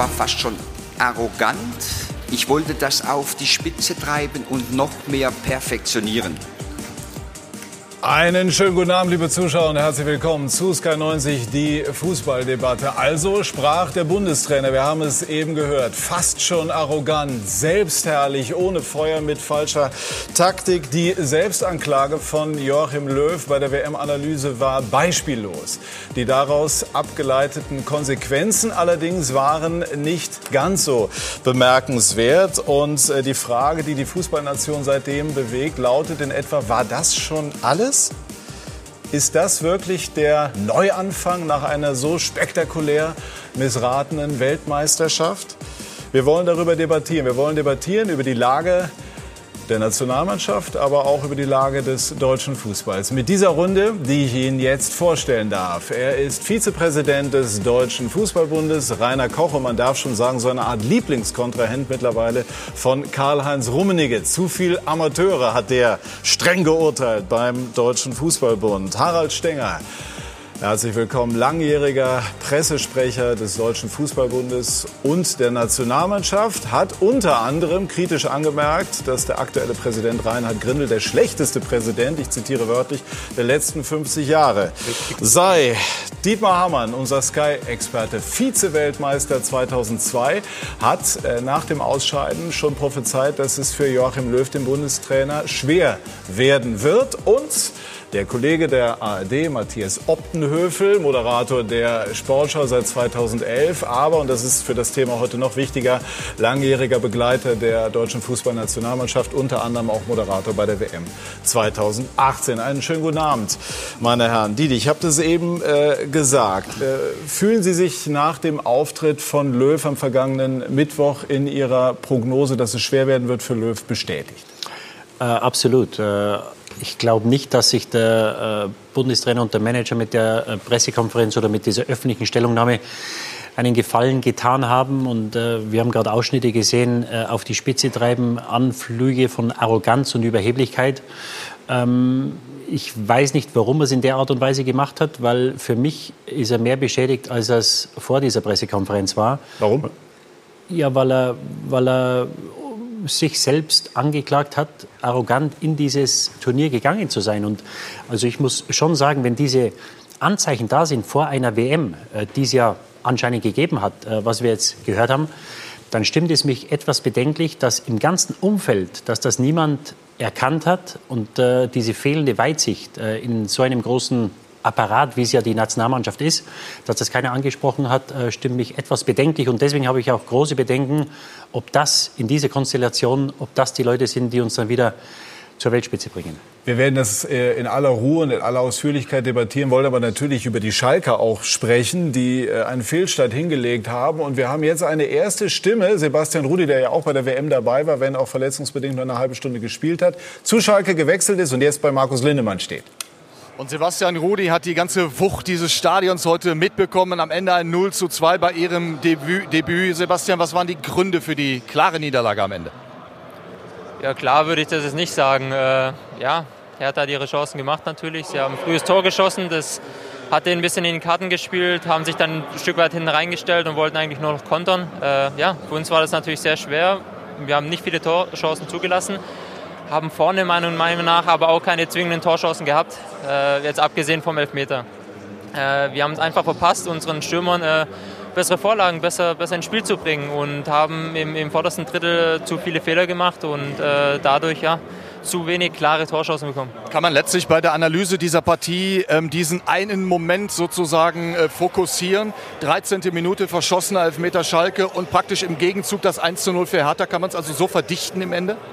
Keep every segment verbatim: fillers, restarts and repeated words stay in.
war fast schon arrogant. Ich wollte das auf die Spitze treiben und noch mehr perfektionieren. Einen schönen guten Abend, liebe Zuschauer, und herzlich willkommen zu Sky neunzig, die Fußballdebatte. Also sprach der Bundestrainer, wir haben es eben gehört, fast schon arrogant, selbstherrlich, ohne Feuer, mit falscher Taktik. Die Selbstanklage von Joachim Löw bei der W M-Analyse war beispiellos. Die daraus abgeleiteten Konsequenzen allerdings waren nicht ganz so bemerkenswert. Und die Frage, die die Fußballnation seitdem bewegt, lautet in etwa, war das schon alles? Ist das wirklich der Neuanfang nach einer so spektakulär missratenen Weltmeisterschaft? Wir wollen darüber debattieren. Wir wollen debattieren über die Lage der Nationalmannschaft, aber auch über die Lage des deutschen Fußballs. Mit dieser Runde, die ich Ihnen jetzt vorstellen darf. Er ist Vizepräsident des Deutschen Fußballbundes, Rainer Koch, und man darf schon sagen, so eine Art Lieblingskontrahent mittlerweile von Karl-Heinz Rummenigge. Zu viel Amateure hat der streng geurteilt beim Deutschen Fußballbund. Harald Stenger. Herzlich willkommen, langjähriger Pressesprecher des Deutschen Fußballbundes und der Nationalmannschaft, hat unter anderem kritisch angemerkt, dass der aktuelle Präsident Reinhard Grindel der schlechteste Präsident, ich zitiere wörtlich, der letzten fünfzig Jahre sei. Dietmar Hamann, unser Sky-Experte, Vize-Weltmeister zweitausendzwei, hat äh, nach dem Ausscheiden schon prophezeit, dass es für Joachim Löw, den Bundestrainer, schwer werden wird. Und der Kollege der A R D, Matthias Optenhöfel, Moderator der Sportschau seit zweitausendelf, aber, und das ist für das Thema heute noch wichtiger, langjähriger Begleiter der deutschen Fußballnationalmannschaft, unter anderem auch Moderator bei der W M zweitausendachtzehn. Einen schönen guten Abend, meine Herren. Didi, ich habe das eben äh, gesagt. Äh, fühlen Sie sich nach dem Auftritt von Löw am vergangenen Mittwoch in Ihrer Prognose, dass es schwer werden wird für Löw, bestätigt? Äh, absolut. Äh Ich glaube nicht, dass sich der äh, Bundestrainer und der Manager mit der äh, Pressekonferenz oder mit dieser öffentlichen Stellungnahme einen Gefallen getan haben. Und äh, wir haben gerade Ausschnitte gesehen, äh, auf die Spitze treiben, Anflüge von Arroganz und Überheblichkeit. Ähm, ich weiß nicht, warum er es in der Art und Weise gemacht hat, weil für mich ist er mehr beschädigt, als er es vor dieser Pressekonferenz war. Warum? Ja, weil er, weil er sich selbst angeklagt hat, arrogant in dieses Turnier gegangen zu sein. Und also ich muss schon sagen, wenn diese Anzeichen da sind vor einer W M, äh, die es ja anscheinend gegeben hat, äh, was wir jetzt gehört haben, dann stimmt es mich etwas bedenklich, dass im ganzen Umfeld, dass das niemand erkannt hat und äh, diese fehlende Weitsicht äh, in so einem großen Apparat, wie es ja die Nationalmannschaft ist, dass das keiner angesprochen hat, äh, stimmt mich etwas bedenklich. Und deswegen habe ich auch große Bedenken, ob das in dieser Konstellation, ob das die Leute sind, die uns dann wieder zur Weltspitze bringen. Wir werden das äh, in aller Ruhe und in aller Ausführlichkeit debattieren, wollen aber natürlich über die Schalker auch sprechen, die äh, einen Fehlstart hingelegt haben. Und wir haben jetzt eine erste Stimme, Sebastian Rudy, der ja auch bei der W M dabei war, wenn auch verletzungsbedingt nur eine halbe Stunde gespielt hat, zu Schalke gewechselt ist und jetzt bei Markus Lindemann steht. Und Sebastian Rudy hat die ganze Wucht dieses Stadions heute mitbekommen. Am Ende ein null zu zwei bei ihrem Debüt. Debüt. Sebastian, was waren die Gründe für die klare Niederlage am Ende? Ja, klar würde ich das jetzt nicht sagen. Äh, ja, Hertha hat ihre Chancen gemacht natürlich. Sie haben ein frühes Tor geschossen. Das hat denen ein bisschen in die Karten gespielt, haben sich dann ein Stück weit hinten reingestellt und wollten eigentlich nur noch kontern. Äh, ja, für uns war das natürlich sehr schwer. Wir haben nicht viele Torchancen zugelassen. Haben vorne meiner Meinung nach aber auch keine zwingenden Torchancen gehabt, äh, jetzt abgesehen vom Elfmeter. Äh, wir haben es einfach verpasst, unseren Stürmern äh, bessere Vorlagen, besser, besser ins Spiel zu bringen und haben im, im vordersten Drittel zu viele Fehler gemacht und äh, dadurch ja, zu wenig klare Torchancen bekommen. Kann man letztlich bei der Analyse dieser Partie ähm, diesen einen Moment sozusagen äh, fokussieren? dreizehnte Minute verschossener Elfmeter Schalke und praktisch im Gegenzug das eins zu null für Hertha. Kann man es also so verdichten im Ende?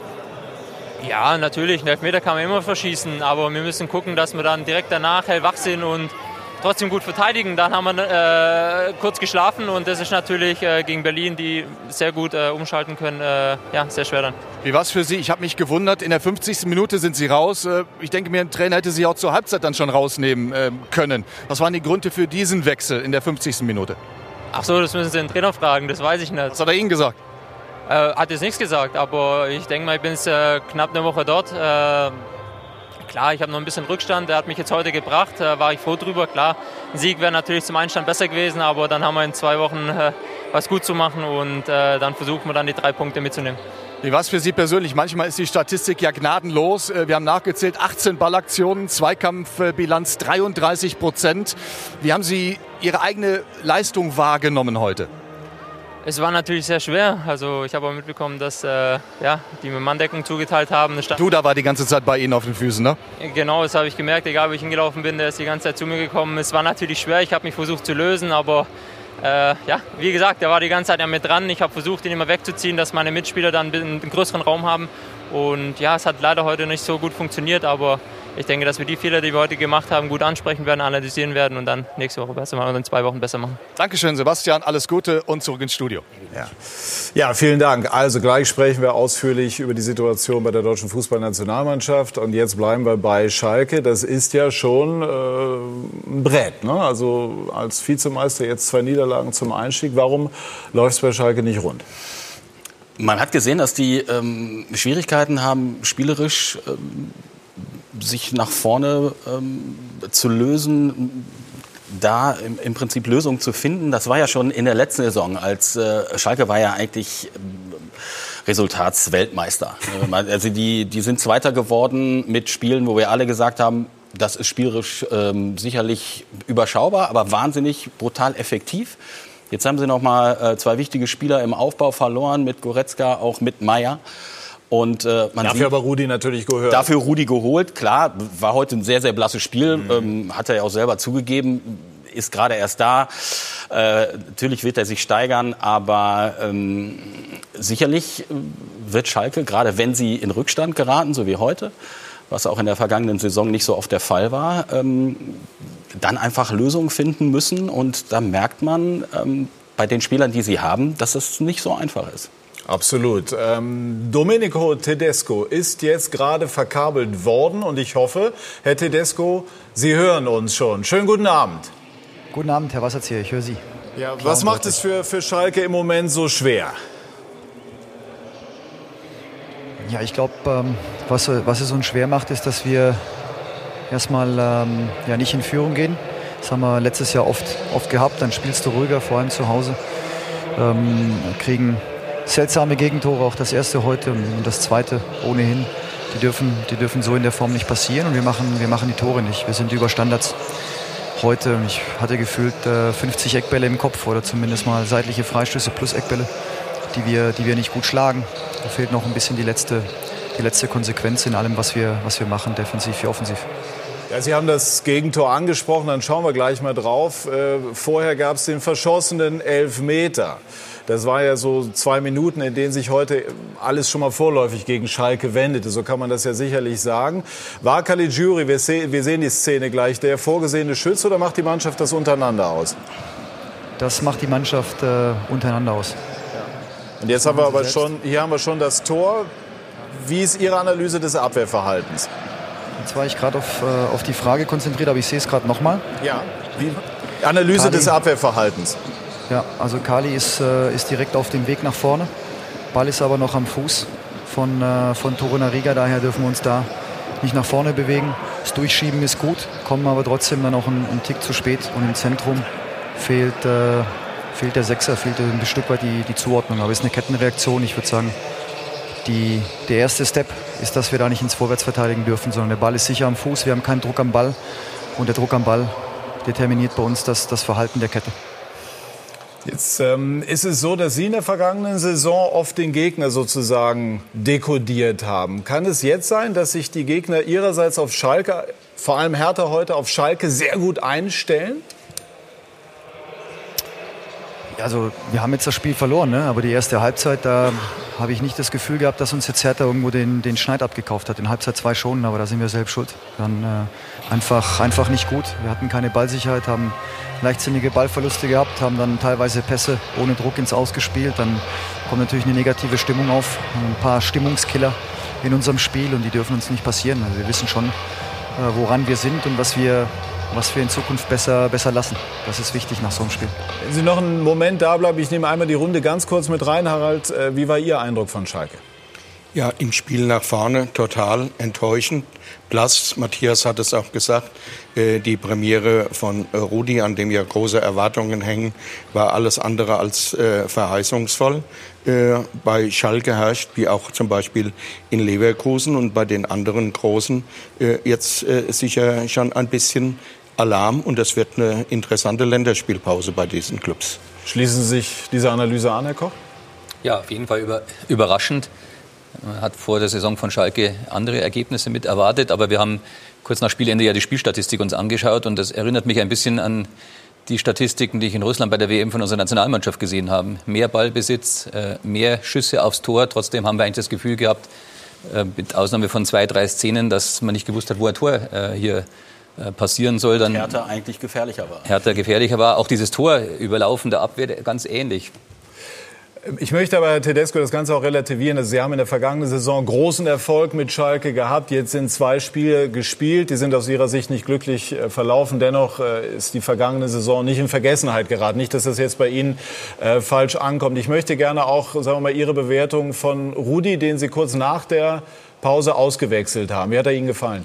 Ja, natürlich, einen Elfmeter kann man immer verschießen, aber wir müssen gucken, dass wir dann direkt danach hellwach sind und trotzdem gut verteidigen. Dann haben wir äh, kurz geschlafen und das ist natürlich äh, gegen Berlin, die sehr gut äh, umschalten können, äh, ja, sehr schwer dann. Wie war es für Sie? Ich habe mich gewundert, in der fünfzigsten Minute sind Sie raus. Äh, ich denke mir, ein Trainer hätte Sie auch zur Halbzeit dann schon rausnehmen äh, können. Was waren die Gründe für diesen Wechsel in der fünfzigsten Minute? Ach so, das müssen Sie den Trainer fragen, das weiß ich nicht. Was hat er Ihnen gesagt? Äh, hat jetzt nichts gesagt, aber ich denke mal, ich bin jetzt äh, knapp eine Woche dort. Äh, klar, ich habe noch ein bisschen Rückstand, der hat mich jetzt heute gebracht, da war ich froh drüber. Klar, ein Sieg wäre natürlich zum Einstand besser gewesen, aber dann haben wir in zwei Wochen äh, was gut zu machen und äh, dann versuchen wir dann die drei Punkte mitzunehmen. Wie war es für Sie persönlich? Manchmal ist die Statistik ja gnadenlos. Wir haben nachgezählt, achtzehn Ballaktionen, Zweikampfbilanz dreiunddreißig Prozent. Wie haben Sie Ihre eigene Leistung wahrgenommen heute? Es war natürlich sehr schwer. Also ich habe auch mitbekommen, dass äh, ja, die mir Manndeckung zugeteilt haben. Duda war die ganze Zeit bei Ihnen auf den Füßen, ne? Genau, das habe ich gemerkt. Egal, wo ich hingelaufen bin, der ist die ganze Zeit zu mir gekommen. Es war natürlich schwer. Ich habe mich versucht zu lösen, aber Äh, ja, wie gesagt, der war die ganze Zeit ja mit dran. Ich habe versucht, ihn immer wegzuziehen, dass meine Mitspieler dann einen größeren Raum haben. Und ja, es hat leider heute nicht so gut funktioniert, aber ich denke, dass wir die Fehler, die wir heute gemacht haben, gut ansprechen werden, analysieren werden und dann nächste Woche besser machen und in zwei Wochen besser machen. Dankeschön, Sebastian. Alles Gute und zurück ins Studio. Ja. ja, vielen Dank. Also gleich sprechen wir ausführlich über die Situation bei der deutschen Fußballnationalmannschaft. Und jetzt bleiben wir bei Schalke. Das ist ja schon äh, ein Brett, ne? Also als Vizemeister jetzt zwei Niederlagen zum Einstieg. Warum läuft es bei Schalke nicht rund? Man hat gesehen, dass die ähm, Schwierigkeiten haben, spielerisch ähm, sich nach vorne ähm, zu lösen, da im, im Prinzip Lösungen zu finden. Das war ja schon in der letzten Saison, als äh, Schalke war ja eigentlich ähm, Resultatsweltmeister. Also die, die sind Zweiter geworden mit Spielen, wo wir alle gesagt haben, das ist spielerisch ähm, sicherlich überschaubar, aber wahnsinnig brutal effektiv. Jetzt haben sie noch mal äh, zwei wichtige Spieler im Aufbau verloren, mit Goretzka, auch mit Meier. Und, äh, man dafür sieht, aber Rudi natürlich geholt. Dafür Rudi geholt, klar, war heute ein sehr, sehr blasses Spiel, mhm. ähm, hat er ja auch selber zugegeben, ist gerade erst da. Äh, natürlich wird er sich steigern, aber ähm, sicherlich wird Schalke, gerade wenn sie in Rückstand geraten, so wie heute, was auch in der vergangenen Saison nicht so oft der Fall war, ähm, dann einfach Lösungen finden müssen. Und da merkt man ähm, bei den Spielern, die sie haben, dass es nicht so einfach ist. Absolut. Ähm, Domenico Tedesco ist jetzt gerade verkabelt worden. Und ich hoffe, Herr Tedesco, Sie hören uns schon. Schönen guten Abend. Guten Abend, Herr Wasserzieher, ich höre Sie. Ja, was macht es für, für Schalke im Moment so schwer? Ja, ich glaube, ähm, was, was es uns schwer macht, ist, dass wir erstmal ähm, ja, nicht in Führung gehen. Das haben wir letztes Jahr oft, oft gehabt. Dann spielst du ruhiger, vor allem zu Hause. Ähm, kriegen seltsame Gegentore, auch das erste heute und das zweite ohnehin. Die dürfen, die dürfen so in der Form nicht passieren und wir machen, wir machen die Tore nicht. Wir sind über Standards heute. Ich hatte gefühlt äh, fünfzig Eckbälle im Kopf oder zumindest mal seitliche Freistöße plus Eckbälle, die wir, die wir nicht gut schlagen. Da fehlt noch ein bisschen die letzte, die letzte Konsequenz in allem, was wir, was wir machen, defensiv wie offensiv. Ja, Sie haben das Gegentor angesprochen, dann schauen wir gleich mal drauf. Äh, vorher gab es den verschossenen Elfmeter. Das war ja so zwei Minuten, in denen sich heute alles schon mal vorläufig gegen Schalke wendete. So kann man das ja sicherlich sagen. War Caligiuri, wir, se- wir sehen die Szene gleich, der vorgesehene Schütze oder macht die Mannschaft das untereinander aus? Das macht die Mannschaft äh, untereinander aus. Und jetzt haben wir aber schon, hier haben wir schon das Tor. Wie ist Ihre Analyse des Abwehrverhaltens? Jetzt war ich gerade auf, äh, auf die Frage konzentriert, aber ich sehe es gerade nochmal. Ja. Wie? Analyse Kali. des Abwehrverhaltens. Ja, also Kali ist, äh, ist direkt auf dem Weg nach vorne. Ball ist aber noch am Fuß von, äh, von Torunariga, daher dürfen wir uns da nicht nach vorne bewegen. Das Durchschieben ist gut, kommen aber trotzdem dann auch einen, einen Tick zu spät. Und im Zentrum fehlt, äh, fehlt der Sechser, fehlt ein Stück weit die, die Zuordnung. Aber es ist eine Kettenreaktion. Ich würde sagen, die, der erste Step ist, dass wir da nicht ins Vorwärts verteidigen dürfen, sondern der Ball ist sicher am Fuß. Wir haben keinen Druck am Ball. Und der Druck am Ball determiniert bei uns das, das Verhalten der Kette. Jetzt ähm, ist es so, dass Sie in der vergangenen Saison oft den Gegner sozusagen dekodiert haben. Kann es jetzt sein, dass sich die Gegner ihrerseits auf Schalke, vor allem Hertha heute, auf Schalke sehr gut einstellen? Also wir haben jetzt das Spiel verloren, ne? Aber die erste Halbzeit, da habe ich nicht das Gefühl gehabt, dass uns jetzt Hertha irgendwo den, den Schneid abgekauft hat. In Halbzeit zwei schon, aber da sind wir selbst schuld. Dann äh, einfach, einfach nicht gut. Wir hatten keine Ballsicherheit, haben leichtsinnige Ballverluste gehabt, haben dann teilweise Pässe ohne Druck ins Aus gespielt. Dann kommt natürlich eine negative Stimmung auf, ein paar Stimmungskiller in unserem Spiel und die dürfen uns nicht passieren. Also wir wissen schon, äh, woran wir sind und was wir was wir in Zukunft besser, besser lassen. Das ist wichtig nach so einem Spiel. Wenn Sie noch einen Moment da bleiben, ich nehme einmal die Runde ganz kurz mit rein, Harald. Wie war Ihr Eindruck von Schalke? Ja, im Spiel nach vorne total enttäuschend. Blass, Matthias hat es auch gesagt, äh, die Premiere von äh, Rudi, an dem ja große Erwartungen hängen, war alles andere als äh, verheißungsvoll. Äh, bei Schalke herrscht, wie auch zum Beispiel in Leverkusen und bei den anderen Großen, äh, jetzt äh, sicher schon ein bisschen Alarm. Und das wird eine interessante Länderspielpause bei diesen Clubs. Schließen Sie sich dieser Analyse an, Herr Koch? Ja, auf jeden Fall über, überraschend. Man hat vor der Saison von Schalke andere Ergebnisse mit erwartet, aber wir haben kurz nach Spielende ja die Spielstatistik uns angeschaut und das erinnert mich ein bisschen an die Statistiken, die ich in Russland bei der W M von unserer Nationalmannschaft gesehen habe. Mehr Ballbesitz, mehr Schüsse aufs Tor. Trotzdem haben wir eigentlich das Gefühl gehabt, mit Ausnahme von zwei, drei Szenen, dass man nicht gewusst hat, wo ein Tor hier passieren soll. Dann Hertha eigentlich gefährlicher war. Hertha gefährlicher war. Auch dieses Tor überlaufen der Abwehr ganz ähnlich. Ich möchte aber, Herr Tedesco, das Ganze auch relativieren. Also Sie haben in der vergangenen Saison großen Erfolg mit Schalke gehabt. Jetzt sind zwei Spiele gespielt. Die sind aus Ihrer Sicht nicht glücklich verlaufen. Dennoch ist die vergangene Saison nicht in Vergessenheit geraten. Nicht, dass das jetzt bei Ihnen äh, falsch ankommt. Ich möchte gerne auch, sagen wir mal, Ihre Bewertung von Rudi, den Sie kurz nach der Pause ausgewechselt haben. Wie hat er Ihnen gefallen?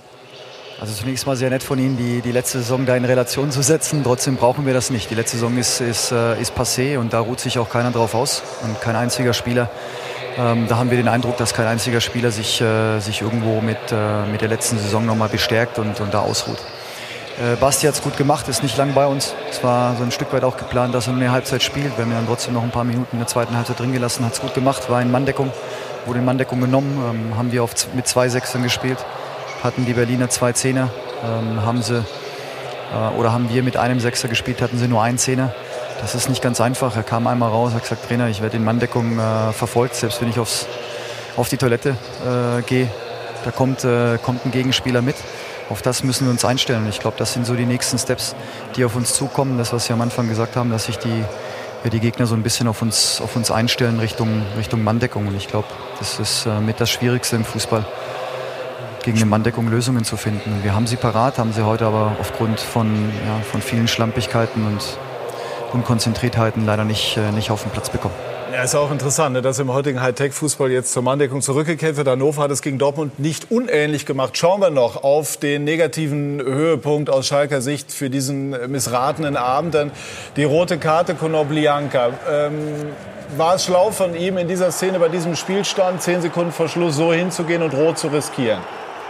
Also zunächst mal sehr nett von Ihnen, die, die letzte Saison da in Relation zu setzen. Trotzdem brauchen wir das nicht. Die letzte Saison ist, ist, ist passé und da ruht sich auch keiner drauf aus. Und kein einziger Spieler. Ähm, da haben wir den Eindruck, dass kein einziger Spieler sich, äh, sich irgendwo mit, äh, mit der letzten Saison nochmal bestärkt und, und da ausruht. Äh, Basti hat es gut gemacht, ist nicht lang bei uns. Es war so ein Stück weit auch geplant, dass er mehr Halbzeit spielt. Wir haben ihn dann trotzdem noch ein paar Minuten in der zweiten Halbzeit drin gelassen. Hat es gut gemacht, war in Manndeckung, wurde in Manndeckung genommen. Ähm, haben wir auf, mit zwei Sechsern gespielt. Hatten die Berliner zwei Zehner, ähm, haben sie, äh, oder haben wir mit einem Sechser gespielt, hatten sie nur einen Zehner. Das ist nicht ganz einfach. Er kam einmal raus, hat gesagt, Trainer, ich werde in Manndeckung äh, verfolgt, selbst wenn ich aufs, auf die Toilette äh, gehe. Da kommt, äh, kommt ein Gegenspieler mit. Auf das müssen wir uns einstellen. Ich glaube, das sind so die nächsten Steps, die auf uns zukommen. Das, was Sie am Anfang gesagt haben, dass sich die, ja, die Gegner so ein bisschen auf uns, auf uns einstellen Richtung, Richtung Manndeckung. Und ich glaube, das ist äh, mit das Schwierigste im Fußball, gegen eine Manndeckung Lösungen zu finden. Wir haben sie parat, haben sie heute aber aufgrund von, ja, von vielen Schlampigkeiten und Unkonzentriertheiten leider nicht, äh, nicht auf den Platz bekommen. Ja, ist auch interessant, ne, dass im heutigen Hightech-Fußball jetzt zur Manndeckung zurückgekehrt wird. Hannover hat es gegen Dortmund nicht unähnlich gemacht. Schauen wir noch auf den negativen Höhepunkt aus Schalker Sicht für diesen missratenen Abend. Dann die rote Karte Konoplyanka. Ähm, war es schlau von ihm in dieser Szene bei diesem Spielstand, zehn Sekunden vor Schluss, so hinzugehen und rot zu riskieren?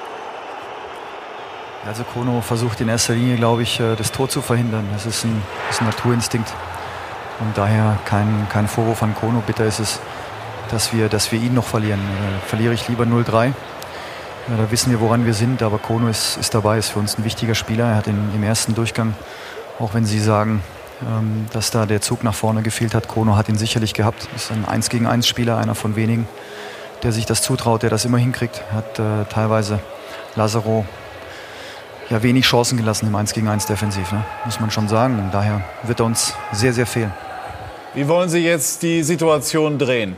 Also Kono versucht in erster Linie, glaube ich, das Tor zu verhindern. Das ist ein, das ist ein Naturinstinkt. Und daher kein, kein Vorwurf an Kono. Bitter ist es, dass wir, dass wir ihn noch verlieren. Äh, verliere ich lieber null drei. Ja, da wissen wir, woran wir sind. Aber Kono ist, ist dabei, ist für uns ein wichtiger Spieler. Er hat in, im ersten Durchgang, auch wenn Sie sagen, ähm, dass da der Zug nach vorne gefehlt hat, Kono hat ihn sicherlich gehabt. Ist ein eins gegen eins Spieler, einer von wenigen, der sich das zutraut, der das immer hinkriegt. Hat äh, teilweise Lazaro ja wenig Chancen gelassen im eins gegen eins defensiv, ne? Muss man schon sagen. Und daher wird er uns sehr, sehr fehlen. Wie wollen Sie jetzt die Situation drehen?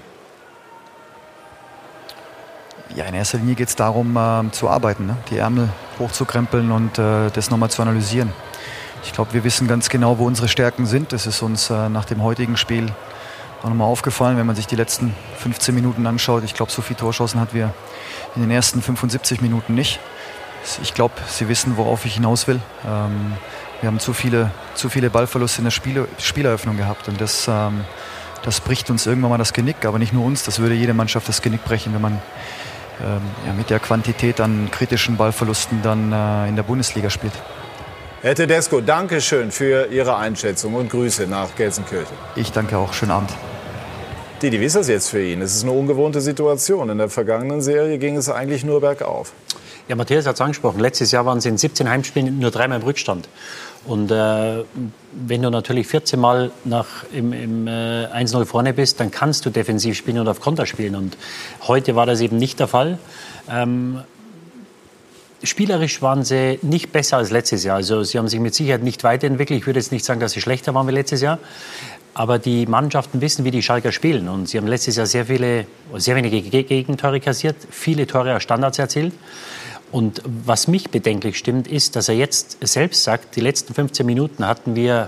Ja, in erster Linie geht es darum, äh, zu arbeiten, ne? Die Ärmel hochzukrempeln und äh, das nochmal zu analysieren. Ich glaube, wir wissen ganz genau, wo unsere Stärken sind. Das ist uns äh, nach dem heutigen Spiel auch nochmal aufgefallen, wenn man sich die letzten fünfzehn Minuten anschaut. Ich glaube, so viele Torschancen hatten wir in den ersten fünfundsiebzig Minuten nicht. Ich glaube, Sie wissen, worauf ich hinaus will. Ähm, wir haben zu viele, zu viele Ballverluste in der Spiele, Spieleröffnung gehabt. Und das, ähm, das bricht uns irgendwann mal das Genick. Aber nicht nur uns, das würde jede Mannschaft das Genick brechen, wenn man ähm, ja, mit der Quantität an kritischen Ballverlusten dann äh, in der Bundesliga spielt. Herr Tedesco, danke schön für Ihre Einschätzung und Grüße nach Gelsenkirchen. Ich danke auch. Schönen Abend. Didi, wie ist das jetzt für ihn? Es ist eine ungewohnte Situation. In der vergangenen Serie ging es eigentlich nur bergauf. Ja, Matthias hat es angesprochen. Letztes Jahr waren sie in siebzehn Heimspielen nur dreimal im Rückstand. Und äh, wenn du natürlich vierzehn Mal nach, im, im äh, eins null vorne bist, dann kannst du defensiv spielen und auf Konter spielen. Und heute war das eben nicht der Fall. Ähm, spielerisch waren sie nicht besser als letztes Jahr. Also sie haben sich mit Sicherheit nicht weiterentwickelt. Ich würde jetzt nicht sagen, dass sie schlechter waren wie letztes Jahr. Aber die Mannschaften wissen, wie die Schalker spielen. Und sie haben letztes Jahr sehr viele, sehr wenige Gegentore kassiert, viele Tore aus Standards erzielt. Und was mich bedenklich stimmt, ist, dass er jetzt selbst sagt, die letzten fünfzehn Minuten hatten wir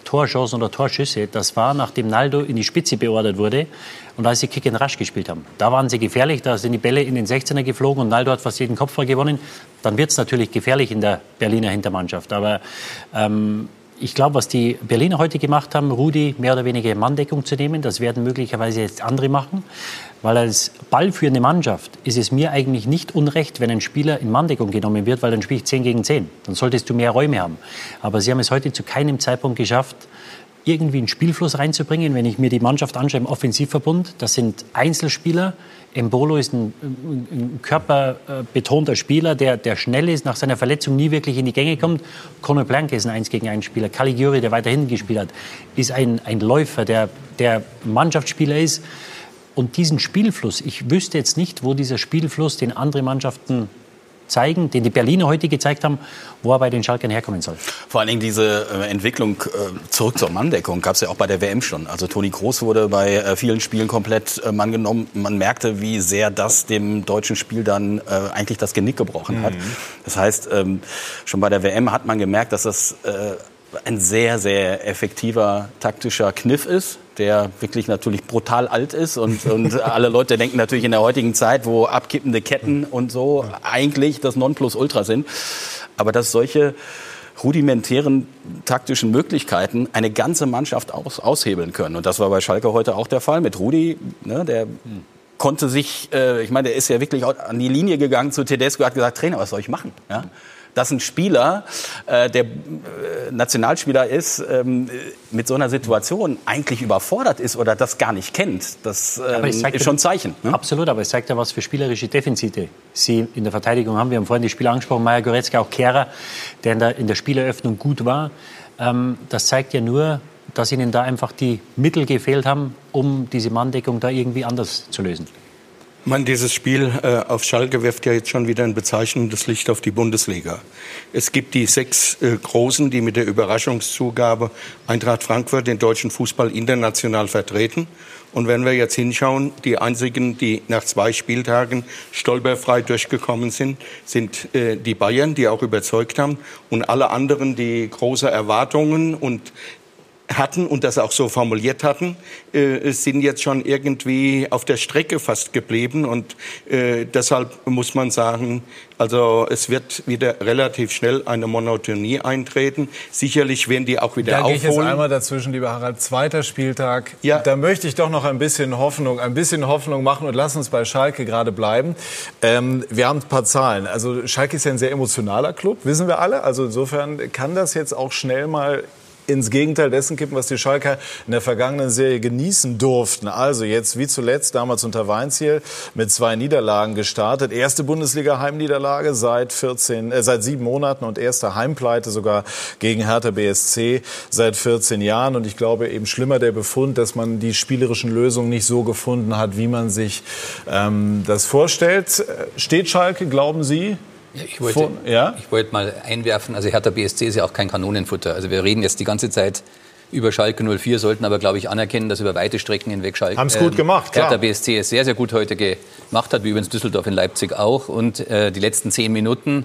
Torchancen oder Torschüsse, das war, nachdem Naldo in die Spitze beordert wurde und als sie Kick and Rush gespielt haben. Da waren sie gefährlich, da sind die Bälle in den sechzehner geflogen und Naldo hat fast jeden Kopfball gewonnen. Dann wird es natürlich gefährlich in der Berliner Hintermannschaft. Aber ähm, ich glaube, was die Berliner heute gemacht haben, Rudi mehr oder weniger Manndeckung zu nehmen, das werden möglicherweise jetzt andere machen. Weil als ballführende Mannschaft ist es mir eigentlich nicht unrecht, wenn ein Spieler in Manndeckung genommen wird, weil dann spiele ich zehn gegen zehn. Dann solltest du mehr Räume haben. Aber sie haben es heute zu keinem Zeitpunkt geschafft, irgendwie einen Spielfluss reinzubringen. Wenn ich mir die Mannschaft anschaue im Offensivverbund, das sind Einzelspieler. Embolo ist ein, ein körperbetonter Spieler, der, der schnell ist, nach seiner Verletzung nie wirklich in die Gänge kommt. Conor Blanc ist ein eins gegen eins Spieler. Caligiuri, der weiter hinten gespielt hat, ist ein, ein Läufer, der, der Mannschaftsspieler ist. Und diesen Spielfluss, ich wüsste jetzt nicht, wo dieser Spielfluss, den andere Mannschaften zeigen, den die Berliner heute gezeigt haben, wo er bei den Schalkern herkommen soll. Vor allen Dingen diese äh, Entwicklung äh, zurück zur Manndeckung gab es ja auch bei der W M schon. Also Toni Kroos wurde bei äh, vielen Spielen komplett äh, Mann genommen. Man merkte, wie sehr das dem deutschen Spiel dann äh, eigentlich das Genick gebrochen hat. Mhm. Das heißt, ähm, schon bei der W M hat man gemerkt, dass das äh, ein sehr, sehr effektiver taktischer Kniff ist, der wirklich natürlich brutal alt ist und, und alle Leute denken natürlich in der heutigen Zeit, wo abkippende Ketten und so eigentlich das Nonplusultra sind. Aber dass solche rudimentären taktischen Möglichkeiten eine ganze Mannschaft aus, aushebeln können. Und das war bei Schalke heute auch der Fall mit Rudi, ne, der konnte sich, äh, ich meine, der ist ja wirklich an die Linie gegangen zu Tedesco, hat gesagt, Trainer, was soll ich machen? Ja? Dass ein Spieler, äh, der äh, Nationalspieler ist, ähm, mit so einer Situation eigentlich überfordert ist oder das gar nicht kennt, das ähm, ist schon ein Zeichen. Ne? Absolut, aber es zeigt ja, was für spielerische Defizite sie in der Verteidigung haben. Wir haben vorhin die Spieler angesprochen, Maja Goretzka, auch Kehrer, der in der, in der Spieleröffnung gut war. Ähm, das zeigt ja nur, dass ihnen da einfach die Mittel gefehlt haben, um diese Manndeckung da irgendwie anders zu lösen. Ich meine, dieses Spiel äh, auf Schalke wirft ja jetzt schon wieder ein bezeichnendes Licht auf die Bundesliga. Es gibt die sechs äh, Großen, die mit der Überraschungszugabe Eintracht Frankfurt den deutschen Fußball international vertreten. Und wenn wir jetzt hinschauen, die einzigen, die nach zwei Spieltagen stolperfrei durchgekommen sind, sind äh, die Bayern, die auch überzeugt haben. Und alle anderen, die große Erwartungen und hatten und das auch so formuliert hatten, äh, sind jetzt schon irgendwie auf der Strecke fast geblieben. Und äh, deshalb muss man sagen, also es wird wieder relativ schnell eine Monotonie eintreten. Sicherlich werden die auch wieder da aufholen. Da gehe ich jetzt einmal dazwischen, lieber Harald. Zweiter Spieltag. Ja. Da möchte ich doch noch ein bisschen Hoffnung, ein bisschen Hoffnung machen und lass uns bei Schalke gerade bleiben. Ähm, wir haben ein paar Zahlen. Also Schalke ist ja ein sehr emotionaler Club, wissen wir alle. Also insofern kann das jetzt auch schnell mal ins Gegenteil dessen kippen, was die Schalker in der vergangenen Serie genießen durften. Also jetzt wie zuletzt, damals unter Weinziel, mit zwei Niederlagen gestartet. Erste Bundesliga-Heimniederlage seit vierzehn, äh, seit sieben Monaten und erste Heimpleite sogar gegen Hertha B S C seit vierzehn Jahren. Und ich glaube, eben schlimmer der Befund, dass man die spielerischen Lösungen nicht so gefunden hat, wie man sich ähm, das vorstellt. Steht Schalke, glauben Sie? Ja, ich, wollte, Vor, ja? ich wollte mal einwerfen, also Hertha B S C ist ja auch kein Kanonenfutter. Also wir reden jetzt die ganze Zeit über Schalke null vier, sollten aber, glaube ich, anerkennen, dass über weite Strecken hinweg Schalke... Haben es gut gemacht, Hertha klar. B S C es sehr, sehr gut heute gemacht hat, wie übrigens Düsseldorf in Leipzig auch. Und äh, die letzten zehn Minuten,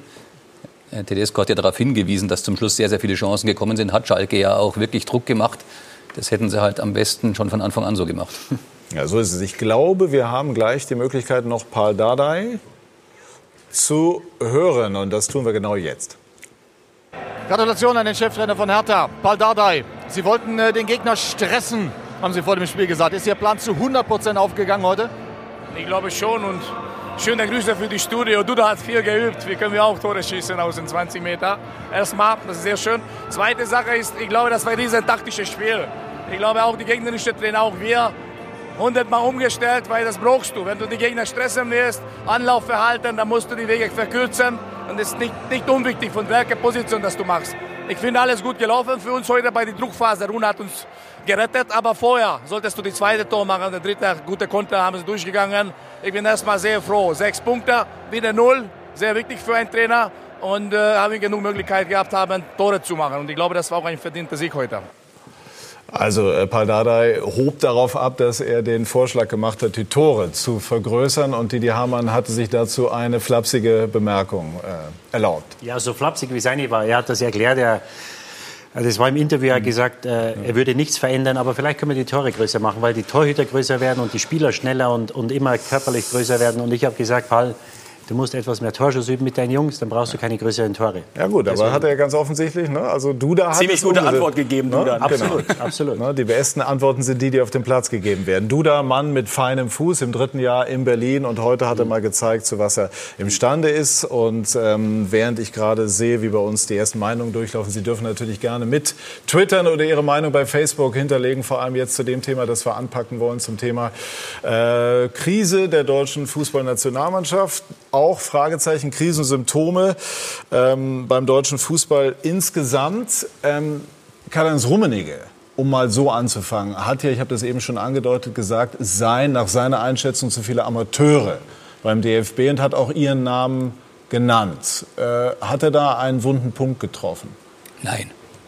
äh, Tedesco hat ja darauf hingewiesen, dass zum Schluss sehr, sehr viele Chancen gekommen sind, hat Schalke ja auch wirklich Druck gemacht. Das hätten sie halt am besten schon von Anfang an so gemacht. Ja, so ist es. Ich glaube, wir haben gleich die Möglichkeit, noch Pal Dardai zu hören. Und das tun wir genau jetzt. Gratulation an den Cheftrainer von Hertha, Pal Dardai. Sie wollten äh, den Gegner stressen, haben Sie vor dem Spiel gesagt. Ist Ihr Plan zu hundert Prozent aufgegangen heute? Ich glaube schon. Und schöne Grüße für die Studio. Duda hat viel geübt. Wir können ja auch Tore schießen aus den zwanzig Meter. Erstmal, das ist sehr schön. Zweite Sache ist, ich glaube, das war dieses taktische Spiel. Ich glaube auch die gegnerische Trainer, auch wir, hundertmal umgestellt, weil das brauchst du. Wenn du die Gegner stressen willst, Anlaufverhalten, dann musst du die Wege verkürzen. Und es ist nicht, nicht unwichtig, von welcher Position das du machst. Ich finde alles gut gelaufen für uns heute bei der Druckphase. Rune hat uns gerettet, aber vorher solltest du die zweite Tor machen. Der dritte gute Konter haben sie durchgegangen. Ich bin erstmal sehr froh. Sechs Punkte, wieder null. Sehr wichtig für einen Trainer. Und äh, haben wir genug Möglichkeit gehabt, haben Tore zu machen. Und ich glaube, das war auch ein verdienter Sieg heute. Also äh, Pal Dardai hob darauf ab, dass er den Vorschlag gemacht hat, die Tore zu vergrößern. Und Didi Hamann hatte sich dazu eine flapsige Bemerkung äh, erlaubt. Ja, so flapsig wie seine war. Er hat das erklärt. Er Also das war im Interview ja gesagt, äh, er würde nichts verändern, aber vielleicht können wir die Tore größer machen, weil die Torhüter größer werden und die Spieler schneller und, und immer körperlich größer werden. Und ich habe gesagt, Paul, du musst etwas mehr Torschuss üben mit deinen Jungs, dann brauchst du keine größeren Tore. Ja gut, aber hat er ganz offensichtlich, ne? Also Duda hat ziemlich gute Antwort gegeben, Duda. Ne? Absolut, genau. Absolut. Ne? Die besten Antworten sind die, die auf dem Platz gegeben werden. Duda, Mann mit feinem Fuß, im dritten Jahr in Berlin und heute hat er mal gezeigt, zu was er imstande ist. Und ähm, während ich gerade sehe, wie bei uns die ersten Meinungen durchlaufen, Sie dürfen natürlich gerne mit twittern oder Ihre Meinung bei Facebook hinterlegen, vor allem jetzt zu dem Thema, das wir anpacken wollen, zum Thema äh, Krise der deutschen Fußballnationalmannschaft. Auch Fragezeichen, Krisensymptome ähm, beim deutschen Fußball insgesamt. Ähm, Karl-Heinz Rummenigge, um mal so anzufangen, hat ja, ich habe das eben schon angedeutet, gesagt, es seien nach seiner Einschätzung zu viele Amateure beim D F B und hat auch Ihren Namen genannt. Äh, hat er da einen wunden Punkt getroffen? Nein.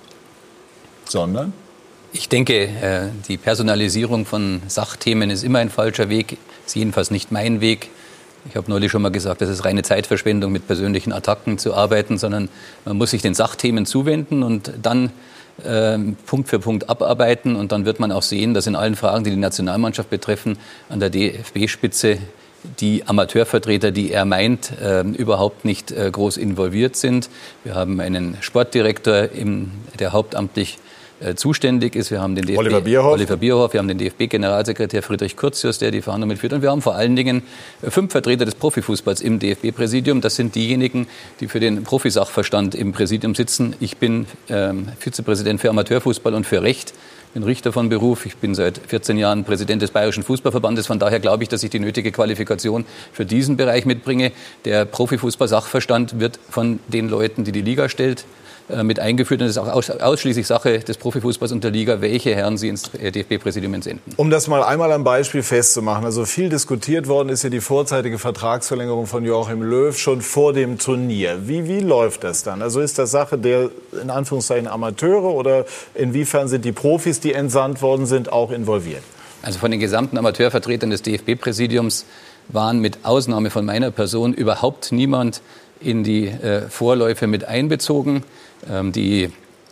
Sondern? Ich denke, die Personalisierung von Sachthemen ist immer ein falscher Weg, ist jedenfalls nicht mein Weg. Ich habe neulich schon mal gesagt, das ist reine Zeitverschwendung, mit persönlichen Attacken zu arbeiten, sondern man muss sich den Sachthemen zuwenden und dann äh, Punkt für Punkt abarbeiten. Und dann wird man auch sehen, dass in allen Fragen, die die Nationalmannschaft betreffen, an der D F B-Spitze die Amateurvertreter, die er meint, äh, überhaupt nicht äh, groß involviert sind. Wir haben einen Sportdirektor, im, der hauptamtlich zuständig ist. Wir haben den D F B, Oliver Bierhoff. Oliver Bierhoff, wir haben den D F B-Generalsekretär Friedrich Curtius, der die Verhandlungen mitführt. Und wir haben vor allen Dingen fünf Vertreter des Profifußballs im D F B-Präsidium. Das sind diejenigen, die für den Profisachverstand im Präsidium sitzen. Ich bin ähm, Vizepräsident für Amateurfußball und für Recht. Ich bin Richter von Beruf. Ich bin seit vierzehn Jahren Präsident des Bayerischen Fußballverbandes. Von daher glaube ich, dass ich die nötige Qualifikation für diesen Bereich mitbringe. Der Profifußball-Sachverstand wird von den Leuten, die die Liga stellt, mit eingeführt. Und es ist auch ausschließlich Sache des Profifußballs und der Liga, welche Herren sie ins D F B-Präsidium entsenden. Um das mal einmal am Beispiel festzumachen. Also viel diskutiert worden ist ja die vorzeitige Vertragsverlängerung von Joachim Löw schon vor dem Turnier. Wie, wie läuft das dann? Also ist das Sache der, in Anführungszeichen, Amateure oder inwiefern sind die Profis, die entsandt worden sind, auch involviert? Also von den gesamten Amateurvertretern des D F B-Präsidiums waren mit Ausnahme von meiner Person überhaupt niemand in die äh, Vorläufe mit einbezogen. Ähm, die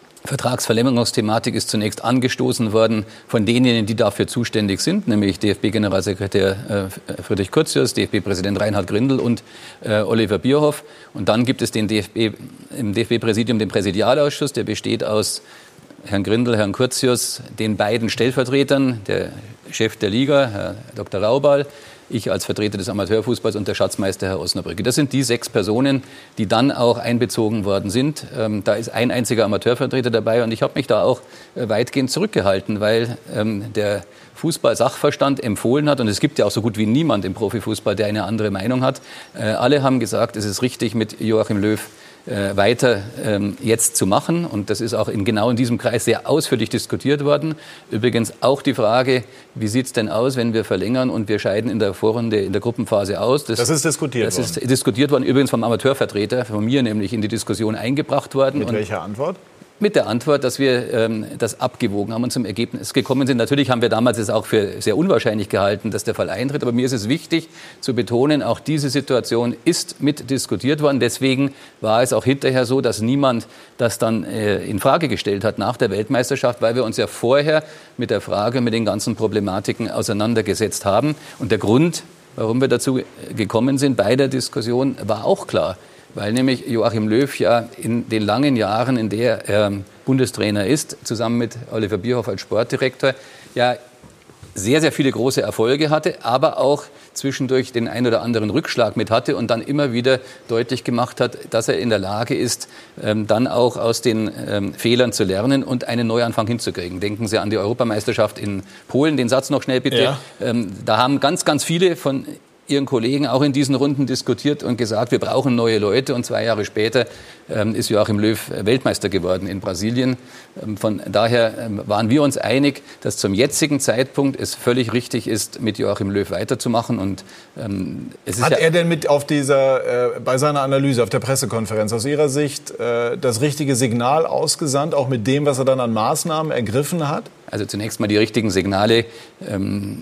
Vertragsverlängerungsthematik ist zunächst angestoßen worden von denjenigen, die dafür zuständig sind, nämlich D F B-Generalsekretär äh, Friedrich Curtius, D F B-Präsident Reinhard Grindel und äh, Oliver Bierhoff. Und dann gibt es den D F B, im D F B-Präsidium den Präsidialausschuss, der besteht aus Herrn Grindel, Herrn Curtius, den beiden Stellvertretern, der Chef der Liga, Herr Doktor Raubal, ich als Vertreter des Amateurfußballs und der Schatzmeister Herr Osnabrücke. Das sind die sechs Personen, die dann auch einbezogen worden sind. Ähm, da ist ein einziger Amateurvertreter dabei und ich habe mich da auch äh, weitgehend zurückgehalten, weil ähm, der Fußball-Sachverstand empfohlen hat, und es gibt ja auch so gut wie niemand im Profifußball, der eine andere Meinung hat. Äh, alle haben gesagt, es ist richtig, mit Joachim Löw Äh, weiter ähm, jetzt zu machen. Und das ist auch in genau in diesem Kreis sehr ausführlich diskutiert worden. Übrigens auch die Frage, wie sieht es denn aus, wenn wir verlängern und wir scheiden in der Vorrunde, in der Gruppenphase aus. Das, das ist diskutiert das worden. Das ist diskutiert worden, übrigens vom Amateurvertreter, von mir nämlich, in die Diskussion eingebracht worden. Mit und welcher Antwort? Mit der Antwort, dass wir ähm, das abgewogen haben und zum Ergebnis gekommen sind. Natürlich haben wir damals es auch für sehr unwahrscheinlich gehalten, dass der Fall eintritt. Aber mir ist es wichtig zu betonen, auch diese Situation ist mit diskutiert worden. Deswegen war es auch hinterher so, dass niemand das dann äh, in Frage gestellt hat nach der Weltmeisterschaft, weil wir uns ja vorher mit der Frage, mit den ganzen Problematiken auseinandergesetzt haben. Und der Grund, warum wir dazu gekommen sind bei der Diskussion, war auch klar. Weil nämlich Joachim Löw ja in den langen Jahren, in der er Bundestrainer ist, zusammen mit Oliver Bierhoff als Sportdirektor, ja sehr, sehr viele große Erfolge hatte, aber auch zwischendurch den ein oder anderen Rückschlag mit hatte und dann immer wieder deutlich gemacht hat, dass er in der Lage ist, ähm, dann auch aus den ähm, Fehlern zu lernen und einen Neuanfang hinzukriegen. Denken Sie an die Europameisterschaft in Polen. Den Satz noch schnell bitte. Ja. Ähm, da haben ganz, ganz viele von Ihren Kollegen auch in diesen Runden diskutiert und gesagt, wir brauchen neue Leute. Und zwei Jahre später ähm, ist Joachim Löw Weltmeister geworden in Brasilien. Ähm, von daher ähm, waren wir uns einig, dass zum jetzigen Zeitpunkt es völlig richtig ist, mit Joachim Löw weiterzumachen. Und, ähm, es ist Hat ja er denn mit auf dieser, äh, bei seiner Analyse auf der Pressekonferenz aus Ihrer Sicht äh, das richtige Signal ausgesandt, auch mit dem, was er dann an Maßnahmen ergriffen hat? Also zunächst mal die richtigen Signale ähm,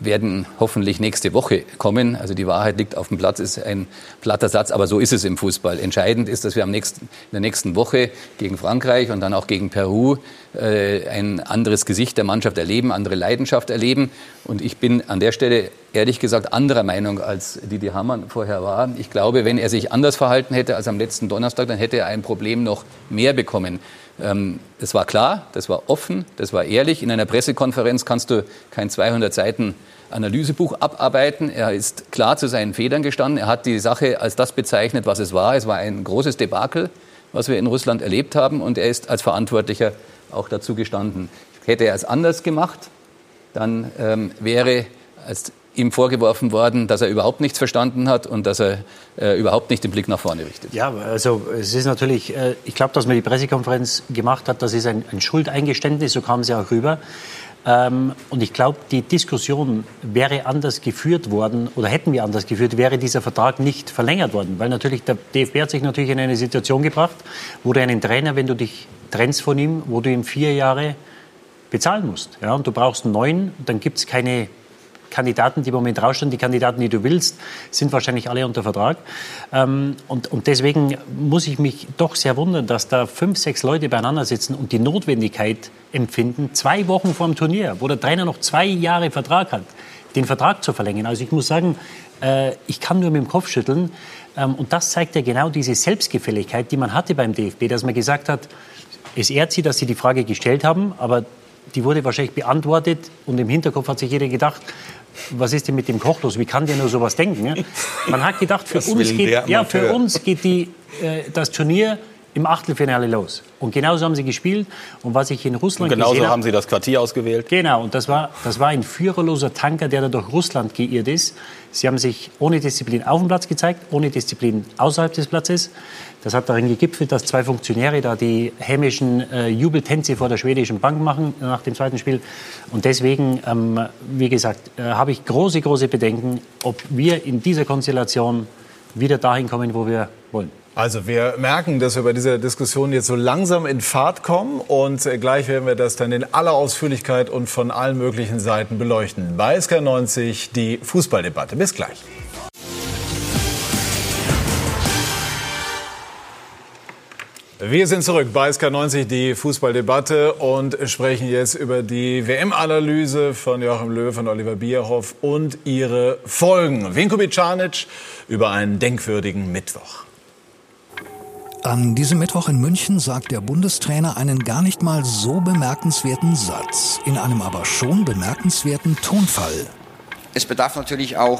werden hoffentlich nächste Woche kommen. Also die Wahrheit liegt auf dem Platz, ist ein platter Satz, aber so ist es im Fußball. Entscheidend ist, dass wir am nächsten, in der nächsten Woche gegen Frankreich und dann auch gegen Peru äh, ein anderes Gesicht der Mannschaft erleben, andere Leidenschaft erleben. Und ich bin an der Stelle ehrlich gesagt anderer Meinung, als Didi Hamann vorher war. Ich glaube, wenn er sich anders verhalten hätte als am letzten Donnerstag, dann hätte er ein Problem noch mehr bekommen. Ähm, das war klar, das war offen, das war ehrlich. In einer Pressekonferenz kannst du kein zweihundert Seiten Analysebuch abarbeiten. Er ist klar zu seinen Fehlern gestanden. Er hat die Sache als das bezeichnet, was es war. Es war ein großes Debakel, was wir in Russland erlebt haben. Und er ist als Verantwortlicher auch dazu gestanden. Hätte er es anders gemacht, dann ähm, wäre als ihm vorgeworfen worden, dass er überhaupt nichts verstanden hat und dass er äh, überhaupt nicht den Blick nach vorne richtet. Ja, also es ist natürlich, äh, ich glaube, dass man die Pressekonferenz gemacht hat, das ist ein, ein Schuldeingeständnis, so kam es ja auch rüber. Ähm, und ich glaube, die Diskussion wäre anders geführt worden oder hätten wir anders geführt, wäre dieser Vertrag nicht verlängert worden. Weil natürlich der D F B hat sich natürlich in eine Situation gebracht, wo du einen Trainer, wenn du dich trennst von ihm, wo du ihm vier Jahre bezahlen musst. Ja, und du brauchst einen neuen, dann gibt es keine Kandidaten, die im Moment rausstehen. Die Kandidaten, die du willst, sind wahrscheinlich alle unter Vertrag. Ähm, und, und deswegen muss ich mich doch sehr wundern, dass da fünf, sechs Leute beieinander sitzen und die Notwendigkeit empfinden, zwei Wochen vor dem Turnier, wo der Trainer noch zwei Jahre Vertrag hat, den Vertrag zu verlängern. Also ich muss sagen, äh, ich kann nur mit dem Kopf schütteln. Ähm, und das zeigt ja genau diese Selbstgefälligkeit, die man hatte beim D F B, dass man gesagt hat, es ehrt sie, dass sie die Frage gestellt haben, aber die wurde wahrscheinlich beantwortet und im Hinterkopf hat sich jeder gedacht, was ist denn mit dem Koch los? Wie kann der nur sowas denken? Ja? Man hat gedacht, für, uns geht, ja, für uns geht die, äh, das Turnier im Achtelfinale los. Und genauso haben sie gespielt. Und was ich in Russland und genauso gesehen habe, haben sie das Quartier ausgewählt. Genau, und das war, das war ein führerloser Tanker, der da durch Russland geirrt ist. Sie haben sich ohne Disziplin auf dem Platz gezeigt, ohne Disziplin außerhalb des Platzes. Das hat darin gegipfelt, dass zwei Funktionäre da die hämischen äh, Jubeltänze vor der schwedischen Bank machen nach dem zweiten Spiel. Und deswegen, ähm, wie gesagt, äh, habe ich große, große Bedenken, ob wir in dieser Konstellation wieder dahin kommen, wo wir wollen. Also wir merken, dass wir bei dieser Diskussion jetzt so langsam in Fahrt kommen und gleich werden wir das dann in aller Ausführlichkeit und von allen möglichen Seiten beleuchten. Bei S K neunzig die Fußballdebatte. Bis gleich. Wir sind zurück bei S K neunzig, die Fußballdebatte, und sprechen jetzt über die W M-Analyse von Joachim Löw, von Oliver Bierhoff und ihre Folgen. Vinko Bicanic über einen denkwürdigen Mittwoch. An diesem Mittwoch in München sagt der Bundestrainer einen gar nicht mal so bemerkenswerten Satz, in einem aber schon bemerkenswerten Tonfall. Es bedarf natürlich auch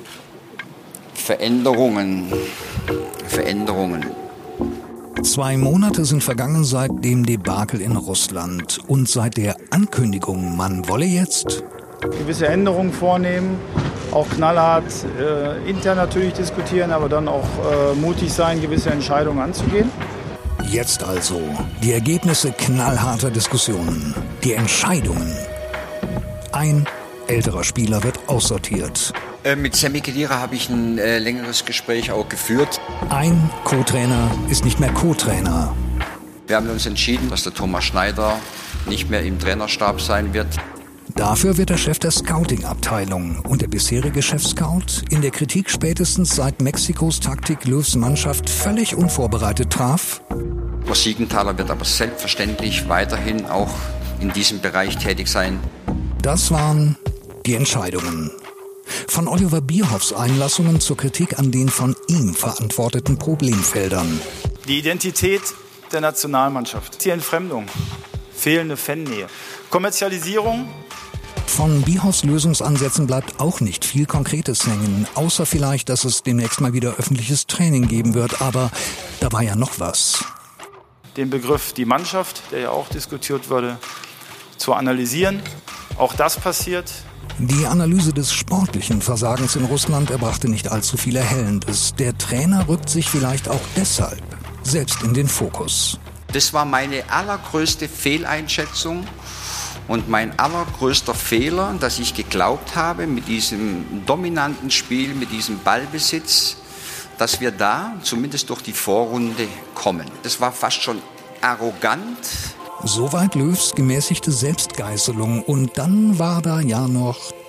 Veränderungen. Veränderungen. Zwei Monate sind vergangen seit dem Debakel in Russland und seit der Ankündigung, man wolle jetzt gewisse Änderungen vornehmen, auch knallhart äh, intern natürlich diskutieren, aber dann auch äh, mutig sein, gewisse Entscheidungen anzugehen. Jetzt also die Ergebnisse knallharter Diskussionen, die Entscheidungen. Ein älterer Spieler wird aussortiert. Äh, mit Sami Khedira habe ich ein äh, längeres Gespräch auch geführt. Ein Co-Trainer ist nicht mehr Co-Trainer. Wir haben uns entschieden, dass der Thomas Schneider nicht mehr im Trainerstab sein wird. Dafür wird er Chef der Scouting-Abteilung und der bisherige Chef-Scout in der Kritik spätestens seit Mexikos Taktik Löws Mannschaft völlig unvorbereitet traf. Frau Siegenthaler wird aber selbstverständlich weiterhin auch in diesem Bereich tätig sein. Das waren die Entscheidungen. Von Oliver Bierhoffs Einlassungen zur Kritik an den von ihm verantworteten Problemfeldern. Die Identität der Nationalmannschaft, die Entfremdung, fehlende Fannähe, Kommerzialisierung. Von Bierhoffs Lösungsansätzen bleibt auch nicht viel Konkretes hängen, außer vielleicht, dass es demnächst mal wieder öffentliches Training geben wird. Aber da war ja noch was. Den Begriff die Mannschaft, der ja auch diskutiert wurde, zu analysieren. Auch das passiert. Die Analyse des sportlichen Versagens in Russland erbrachte nicht allzu viel Erhellendes. Der Trainer rückt sich vielleicht auch deshalb selbst in den Fokus. Das war meine allergrößte Fehleinschätzung und mein allergrößter Fehler, dass ich geglaubt habe, mit diesem dominanten Spiel, mit diesem Ballbesitz, dass wir da zumindest durch die Vorrunde kommen. Das war fast schon arrogant. Soweit Löws gemäßigte Selbstgeißelung. Und dann war da ja noch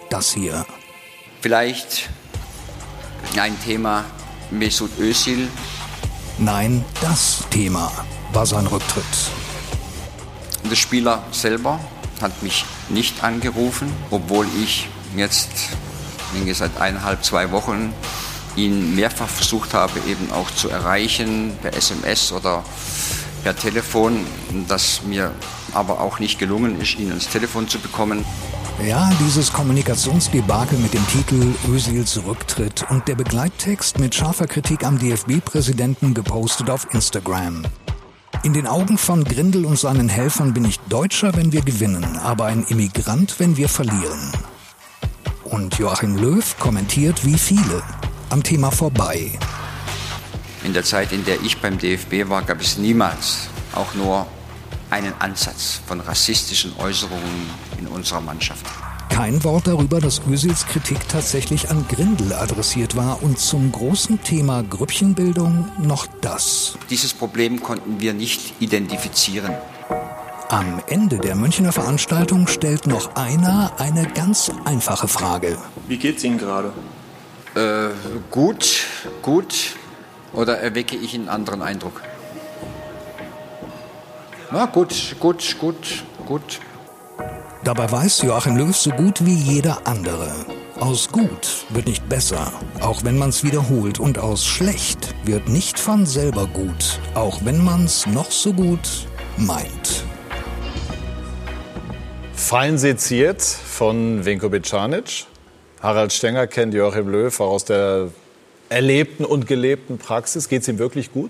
das hier. Vielleicht ein Thema Mesut Özil. Nein, das Thema war sein Rücktritt. Der Spieler selber hat mich nicht angerufen, obwohl ich jetzt, ich denke, seit eineinhalb, zwei Wochen ihn mehrfach versucht habe, eben auch zu erreichen, per S M S oder per Telefon, das mir aber auch nicht gelungen ist, ihn ans Telefon zu bekommen. Ja, dieses Kommunikationsdebakel mit dem Titel Özils Rücktritt und der Begleittext mit scharfer Kritik am D F B-Präsidenten gepostet auf Instagram. In den Augen von Grindel und seinen Helfern bin ich Deutscher, wenn wir gewinnen, aber ein Immigrant, wenn wir verlieren. Und Joachim Löw kommentiert wie viele. Am Thema vorbei. In der Zeit, in der ich beim D F B war, gab es niemals auch nur einen Ansatz von rassistischen Äußerungen in unserer Mannschaft. Kein Wort darüber, dass Özils Kritik tatsächlich an Grindel adressiert war und zum großen Thema Grüppchenbildung noch das. Dieses Problem konnten wir nicht identifizieren. Am Ende der Münchner Veranstaltung stellt noch einer eine ganz einfache Frage. Wie geht's Ihnen gerade? Äh, gut, gut. Oder erwecke ich einen anderen Eindruck? Na gut, gut, gut, gut. Dabei weiß Joachim Löw so gut wie jeder andere. Aus gut wird nicht besser, auch wenn man es wiederholt. Und aus schlecht wird nicht von selber gut, auch wenn man es noch so gut meint. Fein seziert von Vinko Bicanic. Harald Stenger kennt Joachim Löw auch aus der erlebten und gelebten Praxis. Geht es ihm wirklich gut?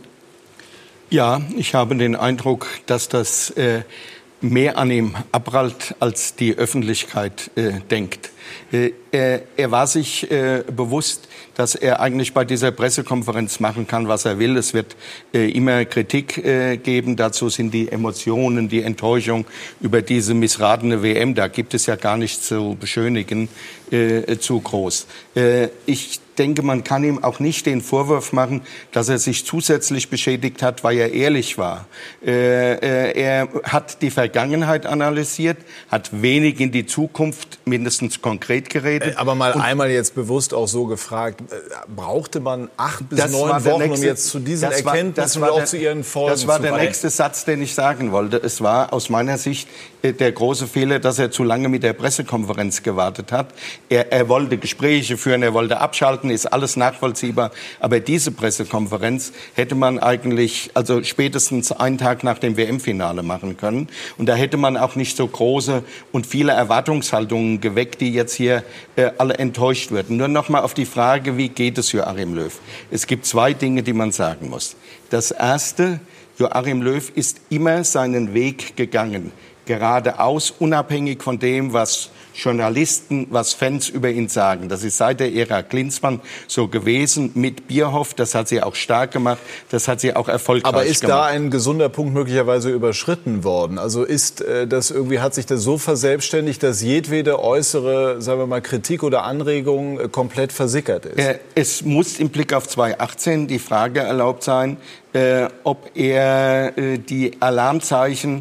Ja, ich habe den Eindruck, dass das äh, mehr an ihm abprallt, als die Öffentlichkeit äh, denkt. Äh, er, er war sich äh, bewusst, dass er eigentlich bei dieser Pressekonferenz machen kann, was er will. Es wird äh, immer Kritik äh, geben. Dazu sind die Emotionen, die Enttäuschung über diese missratene W M, da gibt es ja gar nichts zu beschönigen, äh, zu groß. Äh, ich denke, man kann ihm auch nicht den Vorwurf machen, dass er sich zusätzlich beschädigt hat, weil er ehrlich war. Äh, äh, er hat die Vergangenheit analysiert, hat wenig in die Zukunft mindestens konkret geredet. Aber mal Und einmal jetzt bewusst auch so gefragt, äh, brauchte man acht bis das neun Wochen, nächste, um jetzt zu diesen das war, Erkenntnissen das und auch der, zu ihren Folgen Das war zu der kommen? nächste Satz, den ich sagen wollte. Es war aus meiner Sicht äh, der große Fehler, dass er zu lange mit der Pressekonferenz gewartet hat. Er, er wollte Gespräche führen, er wollte abschalten, ist alles nachvollziehbar. Aber diese Pressekonferenz hätte man eigentlich also spätestens einen Tag nach dem W M-Finale machen können. Und da hätte man auch nicht so große und viele Erwartungshaltungen geweckt, die jetzt hier äh, alle enttäuscht würden. Nur noch mal auf die Frage, wie geht es Joachim Löw? Es gibt zwei Dinge, die man sagen muss. Das erste, Joachim Löw ist immer seinen Weg gegangen, geradeaus, unabhängig von dem, was Journalisten, was Fans über ihn sagen. Das ist seit der Ära Klinsmann so gewesen mit Bierhoff. Das hat sie auch stark gemacht. Das hat sie auch erfolgreich gemacht. Aber ist gemacht. da ein gesunder Punkt möglicherweise überschritten worden? Also ist äh, das irgendwie, hat sich das so verselbstständigt, dass jedwede äußere, sagen wir mal, Kritik oder Anregung äh, komplett versickert ist? Äh, es muss im Blick auf zweitausendachtzehn die Frage erlaubt sein, äh, ob er äh, die Alarmzeichen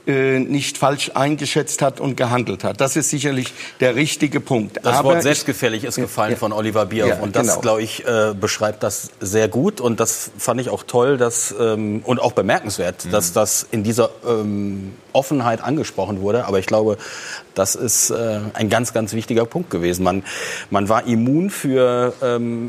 nicht falsch eingeschätzt hat und gehandelt hat. Das ist sicherlich der richtige Punkt. Das Aber Wort selbstgefällig ist gefallen ja, von Oliver Bierhoff. Ja, und das, genau. glaube ich, äh, beschreibt das sehr gut. Und das fand ich auch toll dass, ähm, und auch bemerkenswert, mhm. dass das in dieser ähm, Offenheit angesprochen wurde. Aber ich glaube, das ist äh, ein ganz, ganz wichtiger Punkt gewesen. Man, man war immun für Ähm,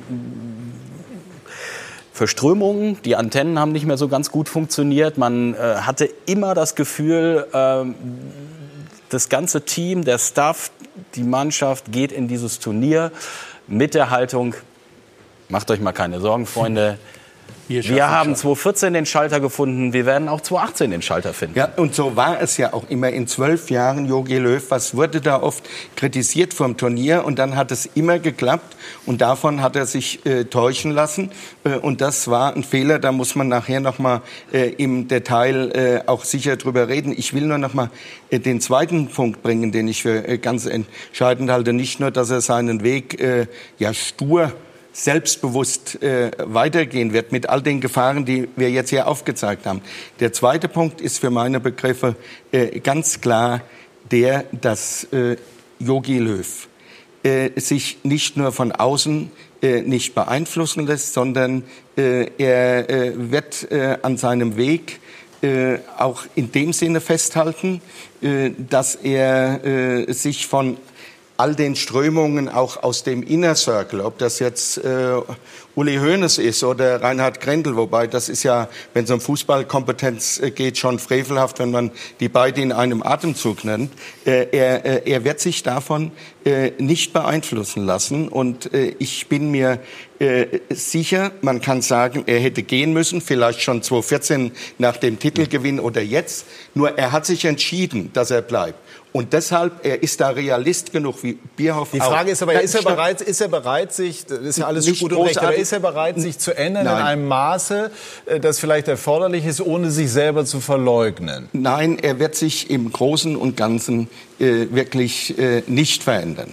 für Strömungen. Die Antennen haben nicht mehr so ganz gut funktioniert. Man äh, hatte immer das Gefühl, äh, das ganze Team, der Staff, die Mannschaft geht in dieses Turnier mit der Haltung, macht euch mal keine Sorgen, Freunde. Wir, wir haben zweitausendvierzehn den Schalter gefunden, wir werden auch zweitausendachtzehn den Schalter finden. Ja, und so war es ja auch immer in zwölf Jahren Jogi Löw. Was wurde da oft kritisiert vom Turnier? Und dann hat es immer geklappt und davon hat er sich äh, täuschen lassen. Äh, und das war ein Fehler, da muss man nachher noch mal äh, im Detail äh, auch sicher drüber reden. Ich will nur noch mal äh, den zweiten Punkt bringen, den ich für äh, ganz entscheidend halte. Nicht nur, dass er seinen Weg äh, ja stur selbstbewusst äh, weitergehen wird mit all den Gefahren, die wir jetzt hier aufgezeigt haben. Der zweite Punkt ist für meine Begriffe äh, ganz klar der, dass Jogi äh, Löw äh, sich nicht nur von außen äh, nicht beeinflussen lässt, sondern äh, er äh, wird äh, an seinem Weg äh, auch in dem Sinne festhalten, äh, dass er äh, sich von all den Strömungen auch aus dem Inner Circle, ob das jetzt äh, Uli Hoeneß ist oder Reinhard Grendel, wobei das ist ja, wenn es um Fußballkompetenz äh, geht, schon frevelhaft, wenn man die beiden in einem Atemzug nennt. Äh, er, äh, er wird sich davon äh, nicht beeinflussen lassen und äh, ich bin mir äh, sicher, man kann sagen, er hätte gehen müssen, vielleicht schon zweitausendvierzehn nach dem Titelgewinn oder jetzt, nur er hat sich entschieden, dass er bleibt. Und deshalb, er ist da Realist genug wie Bierhoff. Die Frage auch. ist aber, ist er bereit, ist er bereit, sich, das ist ja alles Nicht gut und recht, aber großartig- ist er bereit, sich zu ändern Nein. in einem Maße, äh, das vielleicht erforderlich ist, ohne sich selber zu verleugnen? Nein, er wird sich im Großen und Ganzen äh, wirklich äh, nicht verändern.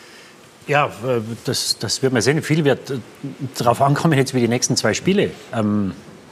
Ja, äh, das, das wird man sehen. Viel wird äh, darauf ankommen, jetzt wie die nächsten zwei Spiele, ähm,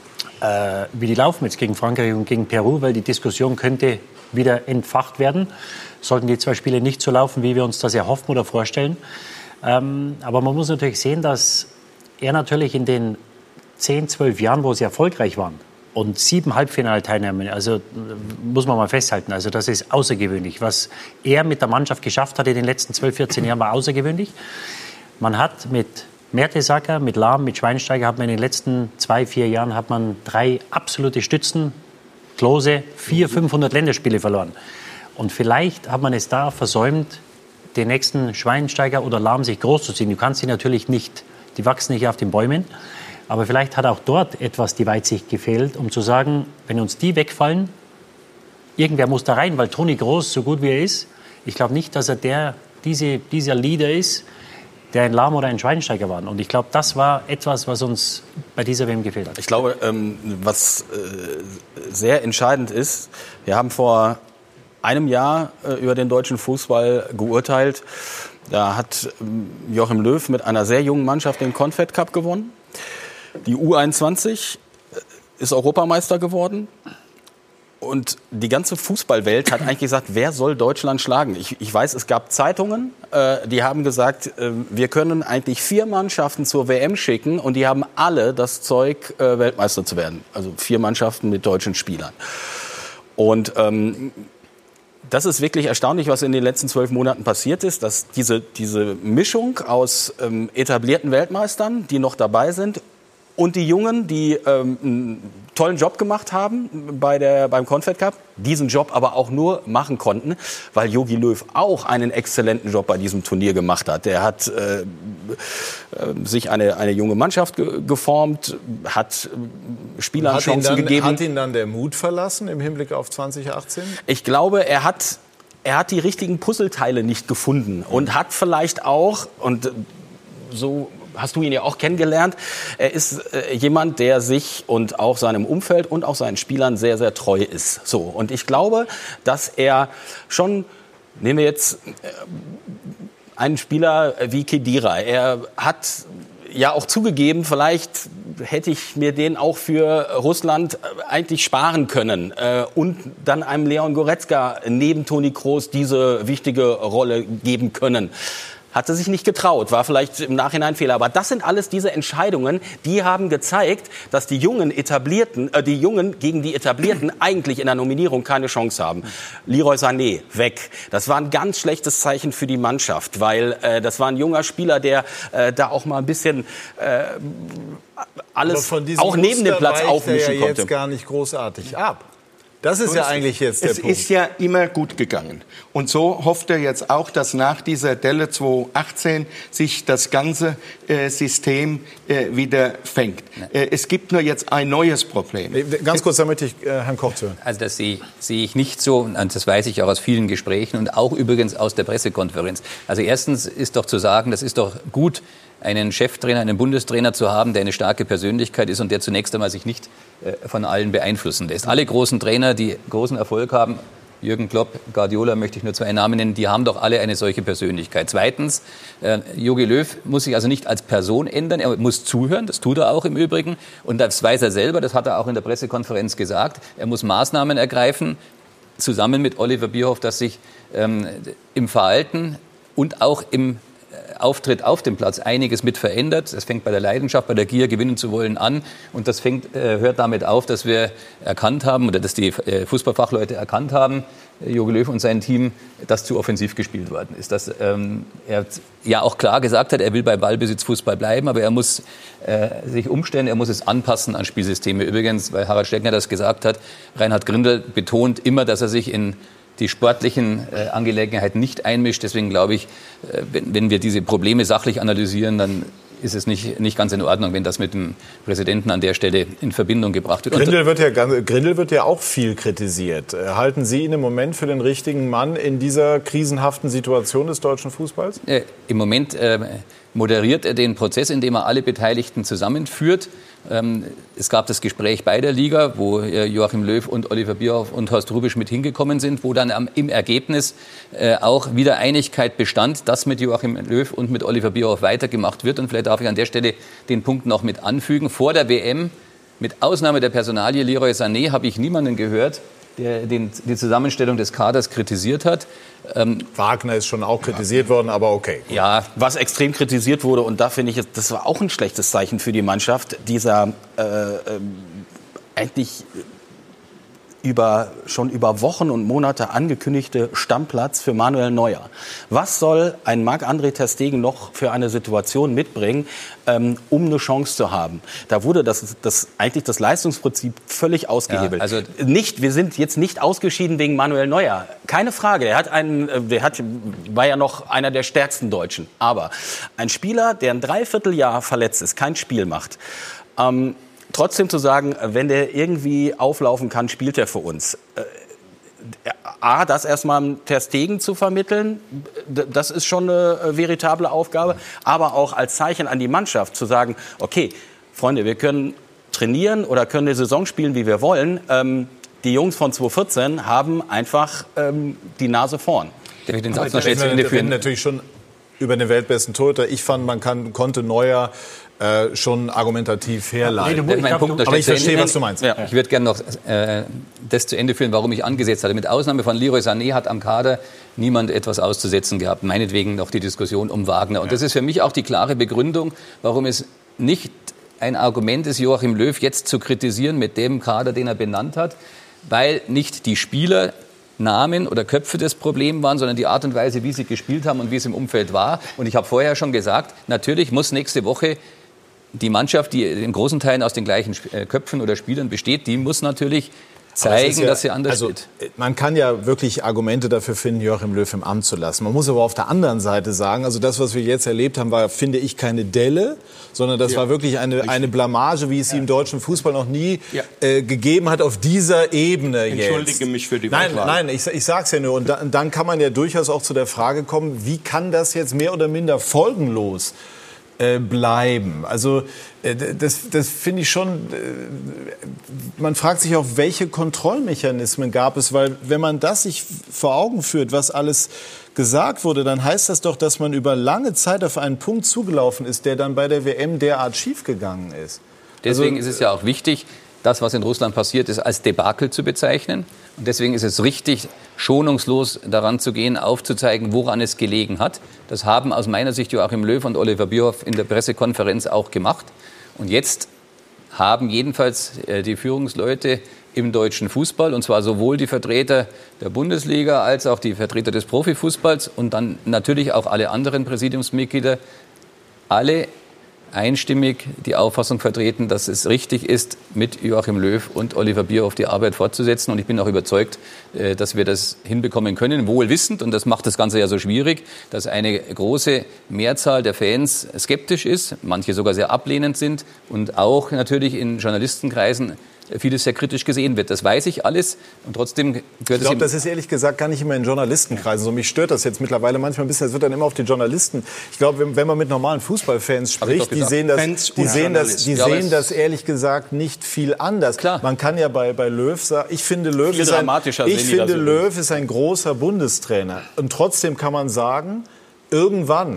äh, wie die laufen jetzt gegen Frankreich und gegen Peru, weil die Diskussion könnte wieder entfacht werden. Sollten die zwei Spiele nicht so laufen, wie wir uns das erhoffen oder vorstellen. Ähm, aber man muss natürlich sehen, dass er natürlich in den zehn, zwölf Jahren, wo sie erfolgreich waren und sieben Halbfinalteilnahmen, also muss man mal festhalten, also das ist außergewöhnlich. Was er mit der Mannschaft geschafft hat in den letzten zwölf, vierzehn Jahren, war außergewöhnlich. Man hat mit Mertesacker, mit Lahm, mit Schweinsteiger, hat man in den letzten zwei, vier Jahren hat man drei absolute Stützen, Klose, vierhundert, fünfhundert Länderspiele verloren. Und vielleicht hat man es da versäumt, den nächsten Schweinsteiger oder Lahm sich groß zu ziehen. Du kannst sie natürlich nicht, die wachsen nicht auf den Bäumen. Aber vielleicht hat auch dort etwas die Weitsicht gefehlt, um zu sagen, wenn uns die wegfallen, irgendwer muss da rein, weil Toni Kroos, so gut wie er ist, ich glaube nicht, dass er der, diese, dieser Leader ist, der ein Lahm oder ein Schweinsteiger waren. Und ich glaube, das war etwas, was uns bei dieser W M gefehlt hat. Ich glaube, ähm, was äh, sehr entscheidend ist, wir haben vor einem Jahr äh, über den deutschen Fußball geurteilt. Da hat ähm, Joachim Löw mit einer sehr jungen Mannschaft den Confed Cup gewonnen. Die U einundzwanzig ist Europameister geworden. Und die ganze Fußballwelt hat eigentlich gesagt, wer soll Deutschland schlagen? Ich, ich weiß, es gab Zeitungen, äh, die haben gesagt, äh, wir können eigentlich vier Mannschaften zur W M schicken und die haben alle das Zeug, äh, Weltmeister zu werden. Also vier Mannschaften mit deutschen Spielern. Und ähm, das ist wirklich erstaunlich, was in den letzten zwölf Monaten passiert ist, dass diese, diese Mischung aus ähm, etablierten Weltmeistern, die noch dabei sind, und die Jungen, die ähm, einen tollen Job gemacht haben bei der, beim Confed Cup, diesen Job aber auch nur machen konnten, weil Jogi Löw auch einen exzellenten Job bei diesem Turnier gemacht hat. Der hat äh, äh, sich eine, eine junge Mannschaft ge geformt, hat äh, Spielern Hat ihn, Chancen dann, gegeben. hat ihn dann der Mut verlassen im Hinblick auf zwanzig achtzehn? Ich glaube, er hat, er hat die richtigen Puzzleteile nicht gefunden und hat vielleicht auch, und so hast du ihn ja auch kennengelernt, er ist äh, jemand, der sich und auch seinem Umfeld und auch seinen Spielern sehr, sehr treu ist. So, und ich glaube, dass er schon, nehmen wir jetzt äh, einen Spieler wie Khedira, er hat ja auch zugegeben, vielleicht hätte ich mir den auch für Russland eigentlich sparen können äh, und dann einem Leon Goretzka neben Toni Kroos diese wichtige Rolle geben können. Hat er sich nicht getraut, war vielleicht im Nachhinein ein Fehler. Aber das sind alles diese Entscheidungen, die haben gezeigt, dass die jungen Etablierten, äh, die Jungen gegen die Etablierten eigentlich in der Nominierung keine Chance haben. Leroy Sané, weg. Das war ein ganz schlechtes Zeichen für die Mannschaft, weil äh, das war ein junger Spieler, der äh, da auch mal ein bisschen äh, alles auch neben dem Platz aufmischen ja konnte. Jetzt gar nicht großartig ab. Das ist ja eigentlich jetzt der es Punkt. Es ist ja immer gut gegangen. Und so hofft er jetzt auch, dass nach dieser Delle zweitausendachtzehn sich das ganze äh, System äh, wieder fängt. Äh, es gibt nur jetzt ein neues Problem. Ganz kurz, damit ich äh, Herrn Koch zuhören. Also das sehe, sehe ich nicht so, und das weiß ich auch aus vielen Gesprächen und auch übrigens aus der Pressekonferenz. Also erstens ist doch zu sagen, das ist doch gut, einen Cheftrainer, einen Bundestrainer zu haben, der eine starke Persönlichkeit ist und der zunächst einmal sich nicht äh, von allen beeinflussen lässt. Alle großen Trainer, die großen Erfolg haben, Jürgen Klopp, Guardiola möchte ich nur zwei Namen nennen, die haben doch alle eine solche Persönlichkeit. Zweitens, äh, Jogi Löw muss sich also nicht als Person ändern, er muss zuhören, das tut er auch im Übrigen. Und das weiß er selber, das hat er auch in der Pressekonferenz gesagt. Er muss Maßnahmen ergreifen, zusammen mit Oliver Bierhoff, dass sich ähm, im Verhalten und auch im Auftritt auf dem Platz einiges mit verändert. Das fängt bei der Leidenschaft, bei der Gier, gewinnen zu wollen an. Und das fängt, äh, hört damit auf, dass wir erkannt haben, oder dass die äh, Fußballfachleute erkannt haben, Jogi Löw und sein Team, dass zu offensiv gespielt worden ist. Dass ähm, er ja auch klar gesagt hat, er will bei Ballbesitzfußball bleiben, aber er muss äh, sich umstellen, er muss es anpassen an Spielsysteme. Übrigens, weil Harald Steckner das gesagt hat, Reinhard Grindel betont immer, dass er sich in die sportlichen äh, Angelegenheiten nicht einmischt. Deswegen glaube ich, äh, wenn, wenn wir diese Probleme sachlich analysieren, dann ist es nicht, nicht ganz in Ordnung, wenn das mit dem Präsidenten an der Stelle in Verbindung gebracht wird. Grindel wird ja, Grindel wird ja auch viel kritisiert. Halten Sie ihn im Moment für den richtigen Mann in dieser krisenhaften Situation des deutschen Fußballs? Äh, Im Moment äh, moderiert er den Prozess, indem er alle Beteiligten zusammenführt. Ähm, es gab das Gespräch bei der Liga, wo äh, Joachim Löw und Oliver Bierhoff und Horst Rubisch mit hingekommen sind, wo dann am, im Ergebnis äh, auch wieder Einigkeit bestand, dass mit Joachim Löw und mit Oliver Bierhoff weitergemacht wird. Und vielleicht darf ich an der Stelle den Punkt noch mit anfügen. Vor der W M, mit Ausnahme der Personalie Leroy Sané, habe ich niemanden gehört, der den, die Zusammenstellung des Kaders kritisiert hat. Ähm, Wagner ist schon auch kritisiert worden, aber okay. Ja, was extrem kritisiert wurde, und da finde ich, das war auch ein schlechtes Zeichen für die Mannschaft, dieser äh, äh, eigentlich über, schon über Wochen und Monate angekündigte Stammplatz für Manuel Neuer. Was soll ein Marc-André ter Stegen noch für eine Situation mitbringen, ähm, um eine Chance zu haben? Da wurde das, das, eigentlich das Leistungsprinzip völlig ausgehebelt. Ja, also nicht, wir sind jetzt nicht ausgeschieden wegen Manuel Neuer. Keine Frage. Er hat einen, der hat, war ja noch einer der stärksten Deutschen. Aber ein Spieler, der ein Dreivierteljahr verletzt ist, kein Spiel macht, ähm, trotzdem zu sagen, wenn der irgendwie auflaufen kann, spielt er für uns. A, das erstmal ter Stegen zu vermitteln, das ist schon eine veritable Aufgabe. Aber auch als Zeichen an die Mannschaft zu sagen, okay, Freunde, wir können trainieren oder können eine Saison spielen, wie wir wollen. Die Jungs von zwanzig vierzehn haben einfach die Nase vorn. Darf ich den Satz noch schnell zu Ende führen? Wir reden natürlich schon über den weltbesten Torhüter. Ich fand, man kann, konnte Neuer Äh, schon argumentativ herleiten. Ja, mein Punkt, aber ich verstehe, was du meinst. Ja. Ich würde gerne noch äh, das zu Ende führen, warum ich angesetzt hatte. Mit Ausnahme von Leroy Sané hat am Kader niemand etwas auszusetzen gehabt. Meinetwegen noch die Diskussion um Wagner. Und das ist für mich auch die klare Begründung, warum es nicht ein Argument ist, Joachim Löw jetzt zu kritisieren mit dem Kader, den er benannt hat, weil nicht die Spieler Namen oder Köpfe das Problem waren, sondern die Art und Weise, wie sie gespielt haben und wie es im Umfeld war. Und ich habe vorher schon gesagt, natürlich muss nächste Woche die Mannschaft, die in großen Teilen aus den gleichen Köpfen oder Spielern besteht, die muss natürlich zeigen, ja, dass sie anders also, steht. Man kann ja wirklich Argumente dafür finden, Joachim Löw im Amt zu lassen. Man muss aber auf der anderen Seite sagen, also das, was wir jetzt erlebt haben, war, finde ich, keine Delle, sondern das ja, war wirklich eine, eine Blamage, wie es sie im deutschen Fußball noch nie ja. äh, gegeben hat, auf dieser Ebene jetzt. Entschuldige mich für die Nein, Wortwahl. nein, ich, ich sag's ja nur. Und da, dann kann man ja durchaus auch zu der Frage kommen, wie kann das jetzt mehr oder minder folgenlos bleiben. Also das, das finde ich schon, man fragt sich auch, welche Kontrollmechanismen gab es, weil wenn man das sich vor Augen führt, was alles gesagt wurde, dann heißt das doch, dass man über lange Zeit auf einen Punkt zugelaufen ist, der dann bei der W M derart schiefgegangen ist. Deswegen also, ist es ja auch wichtig, das, was in Russland passiert ist, als Debakel zu bezeichnen. Und deswegen ist es richtig, schonungslos daran zu gehen, aufzuzeigen, woran es gelegen hat. Das haben aus meiner Sicht Joachim Löw und Oliver Bierhoff in der Pressekonferenz auch gemacht. Und jetzt haben jedenfalls die Führungsleute im deutschen Fußball, und zwar sowohl die Vertreter der Bundesliga als auch die Vertreter des Profifußballs und dann natürlich auch alle anderen Präsidiumsmitglieder, alle einstimmig die Auffassung vertreten, dass es richtig ist, mit Joachim Löw und Oliver Bierhoff die Arbeit fortzusetzen. Und ich bin auch überzeugt, dass wir das hinbekommen können, wohl wissend, und das macht das Ganze ja so schwierig, dass eine große Mehrzahl der Fans skeptisch ist, manche sogar sehr ablehnend sind und auch natürlich in Journalistenkreisen vieles sehr kritisch gesehen wird. Das weiß ich alles und trotzdem gehört es... Ich glaube, das ist ehrlich gesagt gar nicht immer in Journalistenkreisen so. Mich stört das jetzt mittlerweile manchmal ein bisschen, es wird dann immer auf die Journalisten. Ich glaube, wenn man mit normalen Fußballfans spricht, die sehen das, die sehen das, die ja, sehen das ehrlich gesagt nicht viel anders. Klar. Man kann ja bei, bei Löw sagen, ich finde, Löw, ist ein, ich finde Löw ist ein großer Bundestrainer. Und trotzdem kann man sagen, irgendwann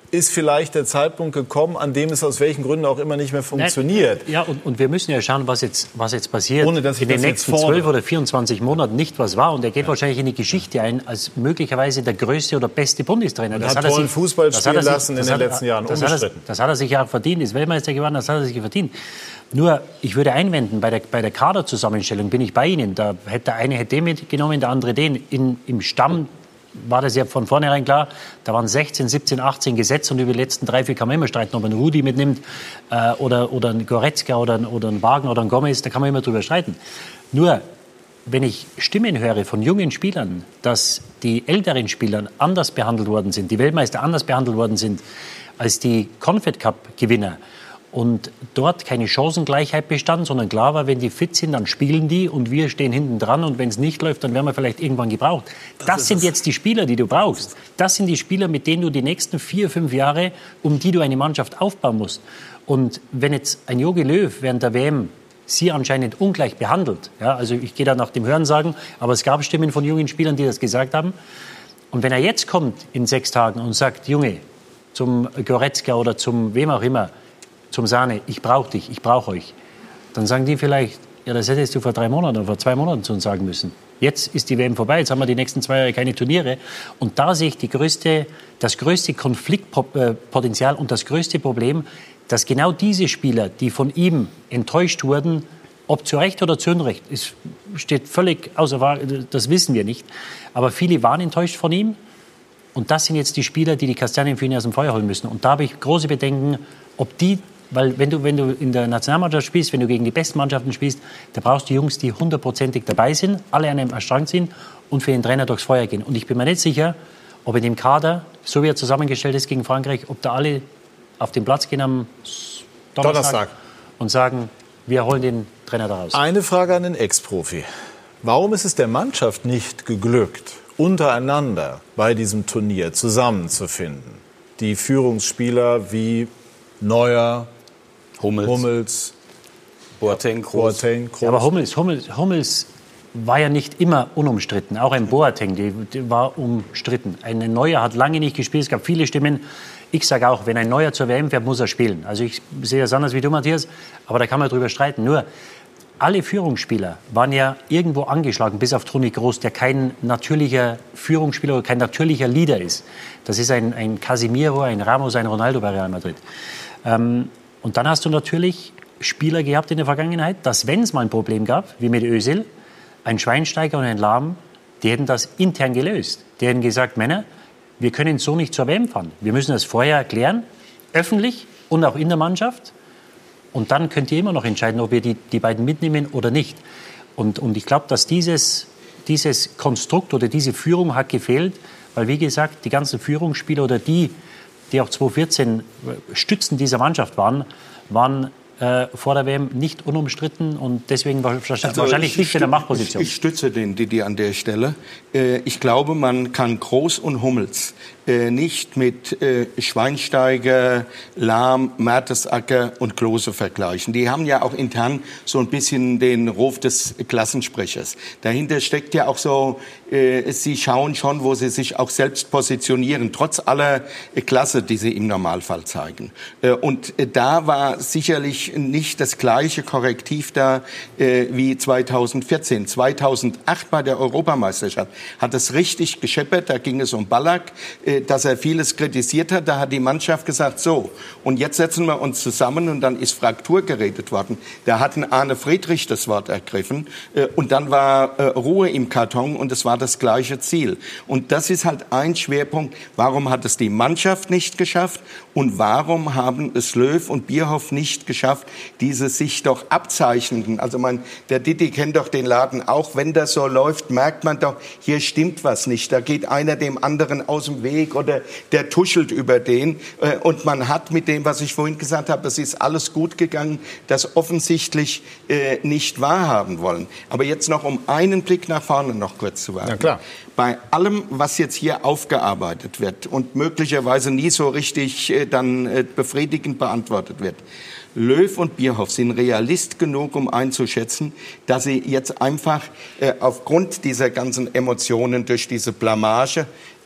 ist vielleicht der Zeitpunkt gekommen, an dem es aus welchen Gründen auch immer nicht mehr funktioniert. Ja, und, und wir müssen ja schauen, was jetzt, was jetzt passiert. Ohne, dass ich in den das nächsten zwölf oder vierundzwanzig Monaten nicht was war. Und er geht ja. wahrscheinlich in die Geschichte ein als möglicherweise der größte oder beste Bundestrainer. Und das hat hat tollen sich, Fußball spielen lassen in den hat, letzten Jahren, das hat, er, das hat er sich ja auch verdient, ist Weltmeister geworden, das hat er sich verdient. Nur, ich würde einwenden, bei der, bei der Kaderzusammenstellung bin ich bei Ihnen. Da hätte der eine hätte den mitgenommen, der andere den. In, Im Stamm war das ja von vornherein klar, da waren sechzehn, siebzehn, achtzehn Gesetze und über die letzten drei, vier kann man immer streiten, ob man einen Rudi mitnimmt äh, oder, oder einen Goretzka oder, oder einen Wagner oder einen Gomez, da kann man immer drüber streiten. Nur, wenn ich Stimmen höre von jungen Spielern, dass die älteren Spieler anders behandelt worden sind, die Weltmeister anders behandelt worden sind als die Confed-Cup-Gewinner, und dort keine Chancengleichheit bestand, sondern klar war, wenn die fit sind, dann spielen die und wir stehen hinten dran und wenn es nicht läuft, dann werden wir vielleicht irgendwann gebraucht. Das, das sind jetzt die Spieler, die du brauchst. Das sind die Spieler, mit denen du die nächsten vier, fünf Jahre, um die du eine Mannschaft aufbauen musst. Und wenn jetzt ein Jogi Löw während der W M sie anscheinend ungleich behandelt, ja, also ich gehe da nach dem Hörensagen, aber es gab Stimmen von jungen Spielern, die das gesagt haben. Und wenn er jetzt kommt in sechs Tagen und sagt, Junge, zum Goretzka oder zum wem auch immer, zum Sahne, ich brauche dich, ich brauche euch. Dann sagen die vielleicht, ja, das hättest du vor drei Monaten oder vor zwei Monaten zu uns sagen müssen. Jetzt ist die W M vorbei, jetzt haben wir die nächsten zwei Jahre keine Turniere. Und da sehe ich die größte, das größte Konfliktpotenzial und das größte Problem, dass genau diese Spieler, die von ihm enttäuscht wurden, ob zu Recht oder zu Unrecht, es steht völlig außer Frage, das wissen wir nicht. Aber viele waren enttäuscht von ihm. Und das sind jetzt die Spieler, die die Kastanien für ihn aus dem Feuer holen müssen. Und da habe ich große Bedenken, ob die, weil wenn du, wenn du in der Nationalmannschaft spielst, wenn du gegen die besten Mannschaften spielst, da brauchst du Jungs, die hundertprozentig dabei sind, alle an einem Strang sind und für den Trainer durchs Feuer gehen. Und ich bin mir nicht sicher, ob in dem Kader, so wie er zusammengestellt ist gegen Frankreich, ob da alle auf den Platz gehen am Donnerstag, Donnerstag. und sagen, wir holen den Trainer da raus. Eine Frage an den Ex-Profi. Warum ist es der Mannschaft nicht geglückt, untereinander bei diesem Turnier zusammenzufinden? Die Führungsspieler wie Neuer, Hummels, Hummels Boateng, Kroos. Boateng, Kroos. Ja, aber Hummels, Hummels, Hummels war ja nicht immer unumstritten. Auch ein Boateng, die, die war umstritten. Ein Neuer hat lange nicht gespielt. Es gab viele Stimmen. Ich sage auch, wenn ein Neuer zur W M fährt, muss er spielen. Also ich sehe das anders wie du, Matthias. Aber da kann man drüber streiten. Nur, alle Führungsspieler waren ja irgendwo angeschlagen, bis auf Toni Kroos, der kein natürlicher Führungsspieler oder kein natürlicher Leader ist. Das ist ein, ein Casemiro, ein Ramos, ein Ronaldo bei Real Madrid. Ähm, und dann hast du natürlich Spieler gehabt in der Vergangenheit, dass, wenn es mal ein Problem gab, wie mit Özil, ein Schweinsteiger und ein Lahm, die hätten das intern gelöst. Die hätten gesagt, Männer, wir können so nicht zur W M fahren. Wir müssen das vorher erklären, öffentlich und auch in der Mannschaft. Und dann könnt ihr immer noch entscheiden, ob ihr die, die beiden mitnehmen oder nicht. Und, und ich glaube, dass dieses, dieses Konstrukt oder diese Führung hat gefehlt, weil, wie gesagt, die ganzen Führungsspieler oder die, die auch zweitausendvierzehn Stützen dieser Mannschaft waren, waren äh, vor der W M nicht unumstritten und deswegen wahrscheinlich also nicht in der Machtposition. Ich, ich stütze den Didi an der Stelle. Äh, ich glaube, man kann Kroos und Hummels äh, nicht mit äh, Schweinsteiger, Lahm, Mertesacker und Klose vergleichen. Die haben ja auch intern so ein bisschen den Ruf des Klassensprechers. Dahinter steckt ja auch so, äh, sie schauen schon, wo sie sich auch selbst positionieren, trotz aller äh, Klasse, die sie im Normalfall zeigen. Äh, und äh, da war sicherlich nicht das gleiche Korrektiv da äh, wie zweitausendvierzehn. zweitausendacht bei der Europameisterschaft hat es richtig gescheppert, da ging es um Ballack, äh, dass er vieles kritisiert hat. Da hat die Mannschaft gesagt, so, und jetzt setzen wir uns zusammen und dann ist Fraktur geredet worden. Da hat ein Arne Friedrich das Wort ergriffen äh, und dann war äh, Ruhe im Karton und es war das gleiche Ziel. Und das ist halt ein Schwerpunkt. Warum hat es die Mannschaft nicht geschafft und warum haben es Löw und Bierhoff nicht geschafft, diese sich doch abzeichnenden, also man, der Didi kennt doch den Laden auch, wenn das so läuft, merkt man doch, hier stimmt was nicht, da geht einer dem anderen aus dem Weg oder der tuschelt über den und man hat mit dem, was ich vorhin gesagt habe, das ist alles gut gegangen, das offensichtlich äh, nicht wahrhaben wollen. Aber jetzt noch, um einen Blick nach vorne noch kurz zu wagen. Ja, klar. Bei allem, was jetzt hier aufgearbeitet wird und möglicherweise nie so richtig äh, dann äh, befriedigend beantwortet wird, Löw und Bierhoff sind realist genug, um einzuschätzen, dass sie jetzt einfach äh, aufgrund dieser ganzen Emotionen durch diese Blamage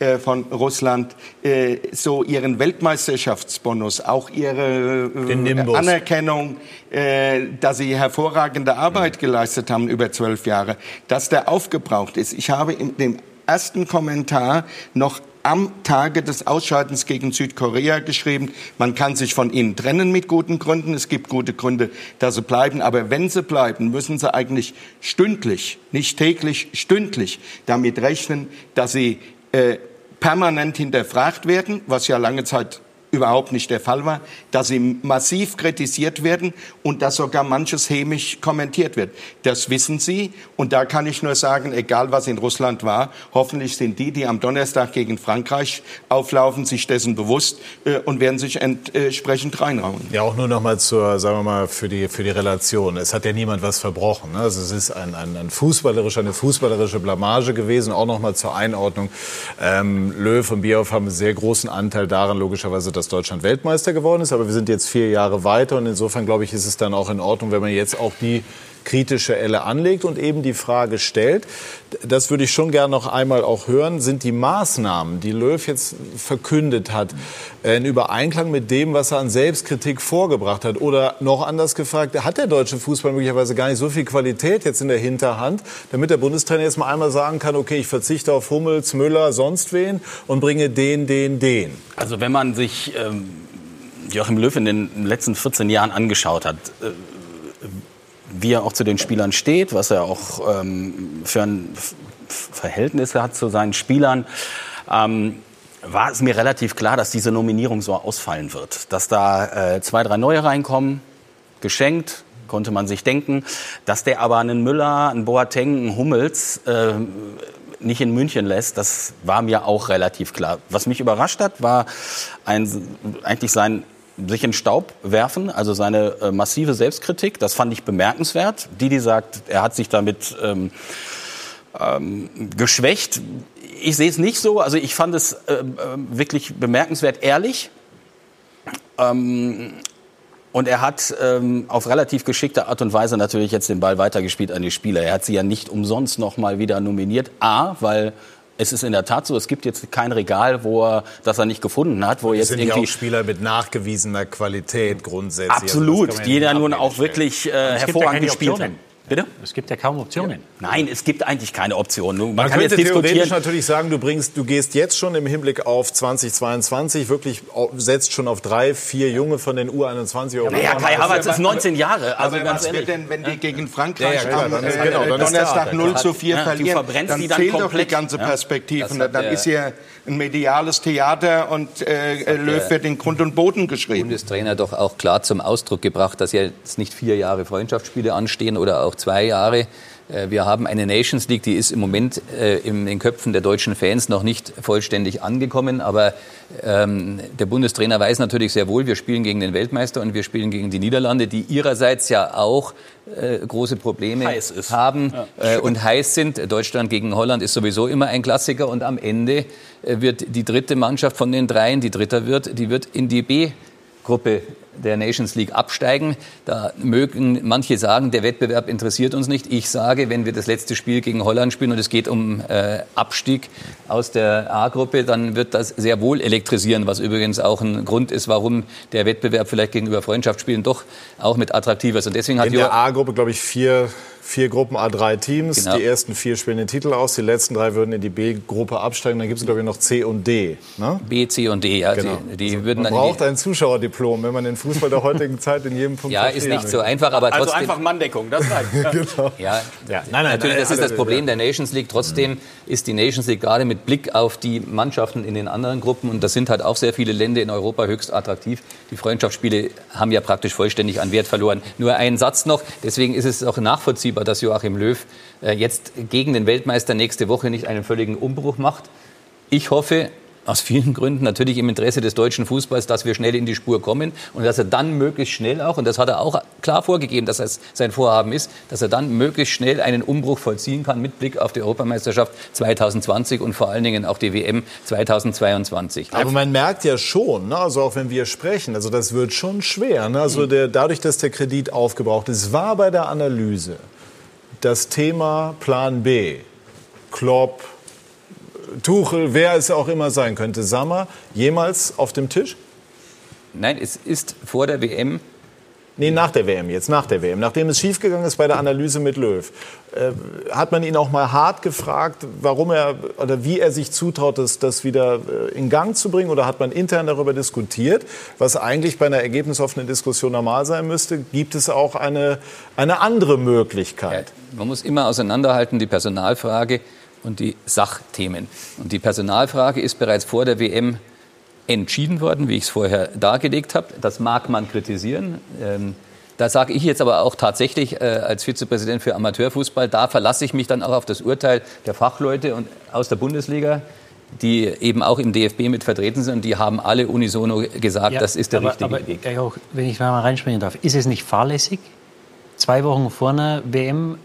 äh, von Russland äh, so ihren Weltmeisterschaftsbonus, auch ihre äh, Anerkennung, äh, dass sie hervorragende Arbeit geleistet haben über zwölf Jahre, dass der aufgebraucht ist. Ich habe in dem ersten Kommentar noch am Tage des Ausscheidens gegen Südkorea geschrieben, man kann sich von ihnen trennen mit guten Gründen. Es gibt gute Gründe, dass sie bleiben. Aber wenn sie bleiben, müssen sie eigentlich stündlich, nicht täglich, stündlich damit rechnen, dass sie äh, permanent hinterfragt werden, was ja lange Zeit überhaupt nicht der Fall war, dass sie massiv kritisiert werden und dass sogar manches hämisch kommentiert wird. Das wissen sie und da kann ich nur sagen, egal was in Russland war, hoffentlich sind die, die am Donnerstag gegen Frankreich auflaufen, sich dessen bewusst äh, und werden sich entsprechend reinrauen. Ja, auch nur noch mal zur, sagen wir mal, für die, für die Relation. Es hat ja niemand was verbrochen. Ne? Also es ist ein, ein, ein fußballerische, eine fußballerische Blamage gewesen. Auch noch mal zur Einordnung. Ähm, Löw und Bierhoff haben einen sehr großen Anteil daran, logischerweise, dass Deutschland Weltmeister geworden ist, aber wir sind jetzt vier Jahre weiter und insofern, glaube ich, ist es dann auch in Ordnung, wenn man jetzt auch die kritische Elle anlegt und eben die Frage stellt, das würde ich schon gerne noch einmal auch hören, sind die Maßnahmen, die Löw jetzt verkündet hat, in Übereinklang mit dem, was er an Selbstkritik vorgebracht hat? Oder noch anders gefragt, hat der deutsche Fußball möglicherweise gar nicht so viel Qualität jetzt in der Hinterhand, damit der Bundestrainer jetzt mal einmal sagen kann, okay, ich verzichte auf Hummels, Müller, sonst wen und bringe den, den, den? Also wenn man sich ähm, Joachim Löw in den letzten vierzehn Jahren angeschaut hat, äh, wie er auch zu den Spielern steht, was er auch ähm, für ein Verhältnis hat zu seinen Spielern, ähm, war es mir relativ klar, dass diese Nominierung so ausfallen wird. Dass da äh, zwei, drei neue reinkommen, geschenkt, konnte man sich denken. Dass der aber einen Müller, einen Boateng, einen Hummels äh, nicht in München lässt, das war mir auch relativ klar. Was mich überrascht hat, war ein, eigentlich sein sich in den Staub werfen, also seine äh, massive Selbstkritik, das fand ich bemerkenswert. Didi sagt, er hat sich damit ähm, ähm, geschwächt. Ich sehe es nicht so, also ich fand es äh, wirklich bemerkenswert ehrlich. Ähm, und er hat ähm, auf relativ geschickte Art und Weise natürlich jetzt den Ball weitergespielt an die Spieler. Er hat sie ja nicht umsonst noch mal wieder nominiert. A, weil es ist in der Tat so, es gibt jetzt kein Regal, wo er, das er nicht gefunden hat, wo es jetzt sind irgendwie ja auch Spieler mit nachgewiesener Qualität grundsätzlich. Absolut, also die da nun auch wirklich äh, hervorragend ja gespielt Optionen. haben. Bitte? Es gibt ja kaum Optionen. Ja. Nein, es gibt eigentlich keine Optionen. Man, Man kann könnte jetzt theoretisch diskutieren. natürlich sagen, du bringst, du gehst jetzt schon im Hinblick auf zweitausendzweiundzwanzig wirklich setzt schon auf drei, vier Junge von den U einundzwanzig Euro. Naja, Kai Havertz ist neunzehn Jahre. Also aber ganz was ehrlich. wird denn, wenn die gegen Frankreich Ja, ja, am dann ist- äh, genau, dann ist Donnerstag der- null zu vier Ja, du verlieren? verbrennst Dann die dann fehlt doch die komplett. ganze Ja. Perspektive. Das hat Dann der- ist hier ein mediales Theater und äh, Löw wird in Grund und Boden geschrieben. Bundestrainer doch auch klar zum Ausdruck gebracht, dass jetzt nicht vier Jahre Freundschaftsspiele anstehen oder auch zwei Jahre. Wir haben eine Nations League, die ist im Moment äh, in den Köpfen der deutschen Fans noch nicht vollständig angekommen. Aber ähm, der Bundestrainer weiß natürlich sehr wohl, wir spielen gegen den Weltmeister und wir spielen gegen die Niederlande, die ihrerseits ja auch äh, große Probleme haben äh, und heiß sind. Deutschland gegen Holland ist sowieso immer ein Klassiker. Und am Ende äh, wird die dritte Mannschaft von den dreien, die Dritter wird, die wird in die B-Gruppe der Nations League absteigen. Da mögen manche sagen, der Wettbewerb interessiert uns nicht. Ich sage, wenn wir das letzte Spiel gegen Holland spielen und es geht um äh, Abstieg aus der A-Gruppe, dann wird das sehr wohl elektrisieren, was übrigens auch ein Grund ist, warum der Wettbewerb vielleicht gegenüber Freundschaftsspielen doch auch mit attraktiv ist. Und deswegen hat In der A-Gruppe, glaube ich, vier, vier Gruppen, A drei Teams. Genau. Die ersten vier spielen den Titel aus, die letzten drei würden in die B-Gruppe absteigen. Dann gibt es, glaube ich, noch C und D. Ne? B, C und D. Ja, Genau. die, die Also würden man dann in die- braucht ein Zuschauerdiplom, wenn man den Fußball der heutigen Zeit in jedem Punkt Ja, ist verstehen nicht so will. einfach, aber trotzdem. Also einfach Manndeckung, das reicht. Genau. Ja, Ja, nein, nein, natürlich, nein, das ist das alle- Problem der Nations League. Trotzdem ist die Nations League gerade mit Blick auf die Mannschaften in den anderen Gruppen, und das sind halt auch sehr viele Länder in Europa, höchst attraktiv. Die Freundschaftsspiele haben ja praktisch vollständig an Wert verloren. Nur ein Satz noch, deswegen ist es auch nachvollziehbar, dass Joachim Löw äh, jetzt gegen den Weltmeister nächste Woche nicht einen völligen Umbruch macht. Ich hoffe, aus vielen Gründen, natürlich im Interesse des deutschen Fußballs, dass wir schnell in die Spur kommen und dass er dann möglichst schnell auch, und das hat er auch klar vorgegeben, dass das sein Vorhaben ist, dass er dann möglichst schnell einen Umbruch vollziehen kann mit Blick auf die Europameisterschaft zweitausendzwanzig und vor allen Dingen auch die W M zweitausendzweiundzwanzig. Aber man merkt ja schon, ne, also auch wenn wir sprechen, also das wird schon schwer. Ne? Also der, dadurch, dass der Kredit aufgebraucht ist, war bei der Analyse das Thema Plan B, Klopp, Tuchel, wer es auch immer sein könnte, Sammer, jemals auf dem Tisch? Nein, es ist vor der W M. Nee, nach der W M jetzt, nach der W M. Nachdem es schiefgegangen ist bei der Analyse mit Löw, äh, hat man ihn auch mal hart gefragt, warum er oder wie er sich zutraut, das, das wieder äh, in Gang zu bringen? Oder hat man intern darüber diskutiert, was eigentlich bei einer ergebnisoffenen Diskussion normal sein müsste? Gibt es auch eine, eine andere Möglichkeit? Ja, man muss immer auseinanderhalten, die Personalfrage und die Sachthemen. Und die Personalfrage ist bereits vor der W M entschieden worden, wie ich es vorher dargelegt habe. Das mag man kritisieren. Ähm, da sage ich jetzt aber auch tatsächlich äh, als Vizepräsident für Amateurfußball, da verlasse ich mich dann auch auf das Urteil der Fachleute und aus der Bundesliga, die eben auch im D F B mit vertreten sind. Und die haben alle unisono gesagt, ja, das ist der aber, richtige aber, Weg. Auch, wenn ich mal reinspringen darf, ist es nicht fahrlässig, zwei Wochen vor einer W M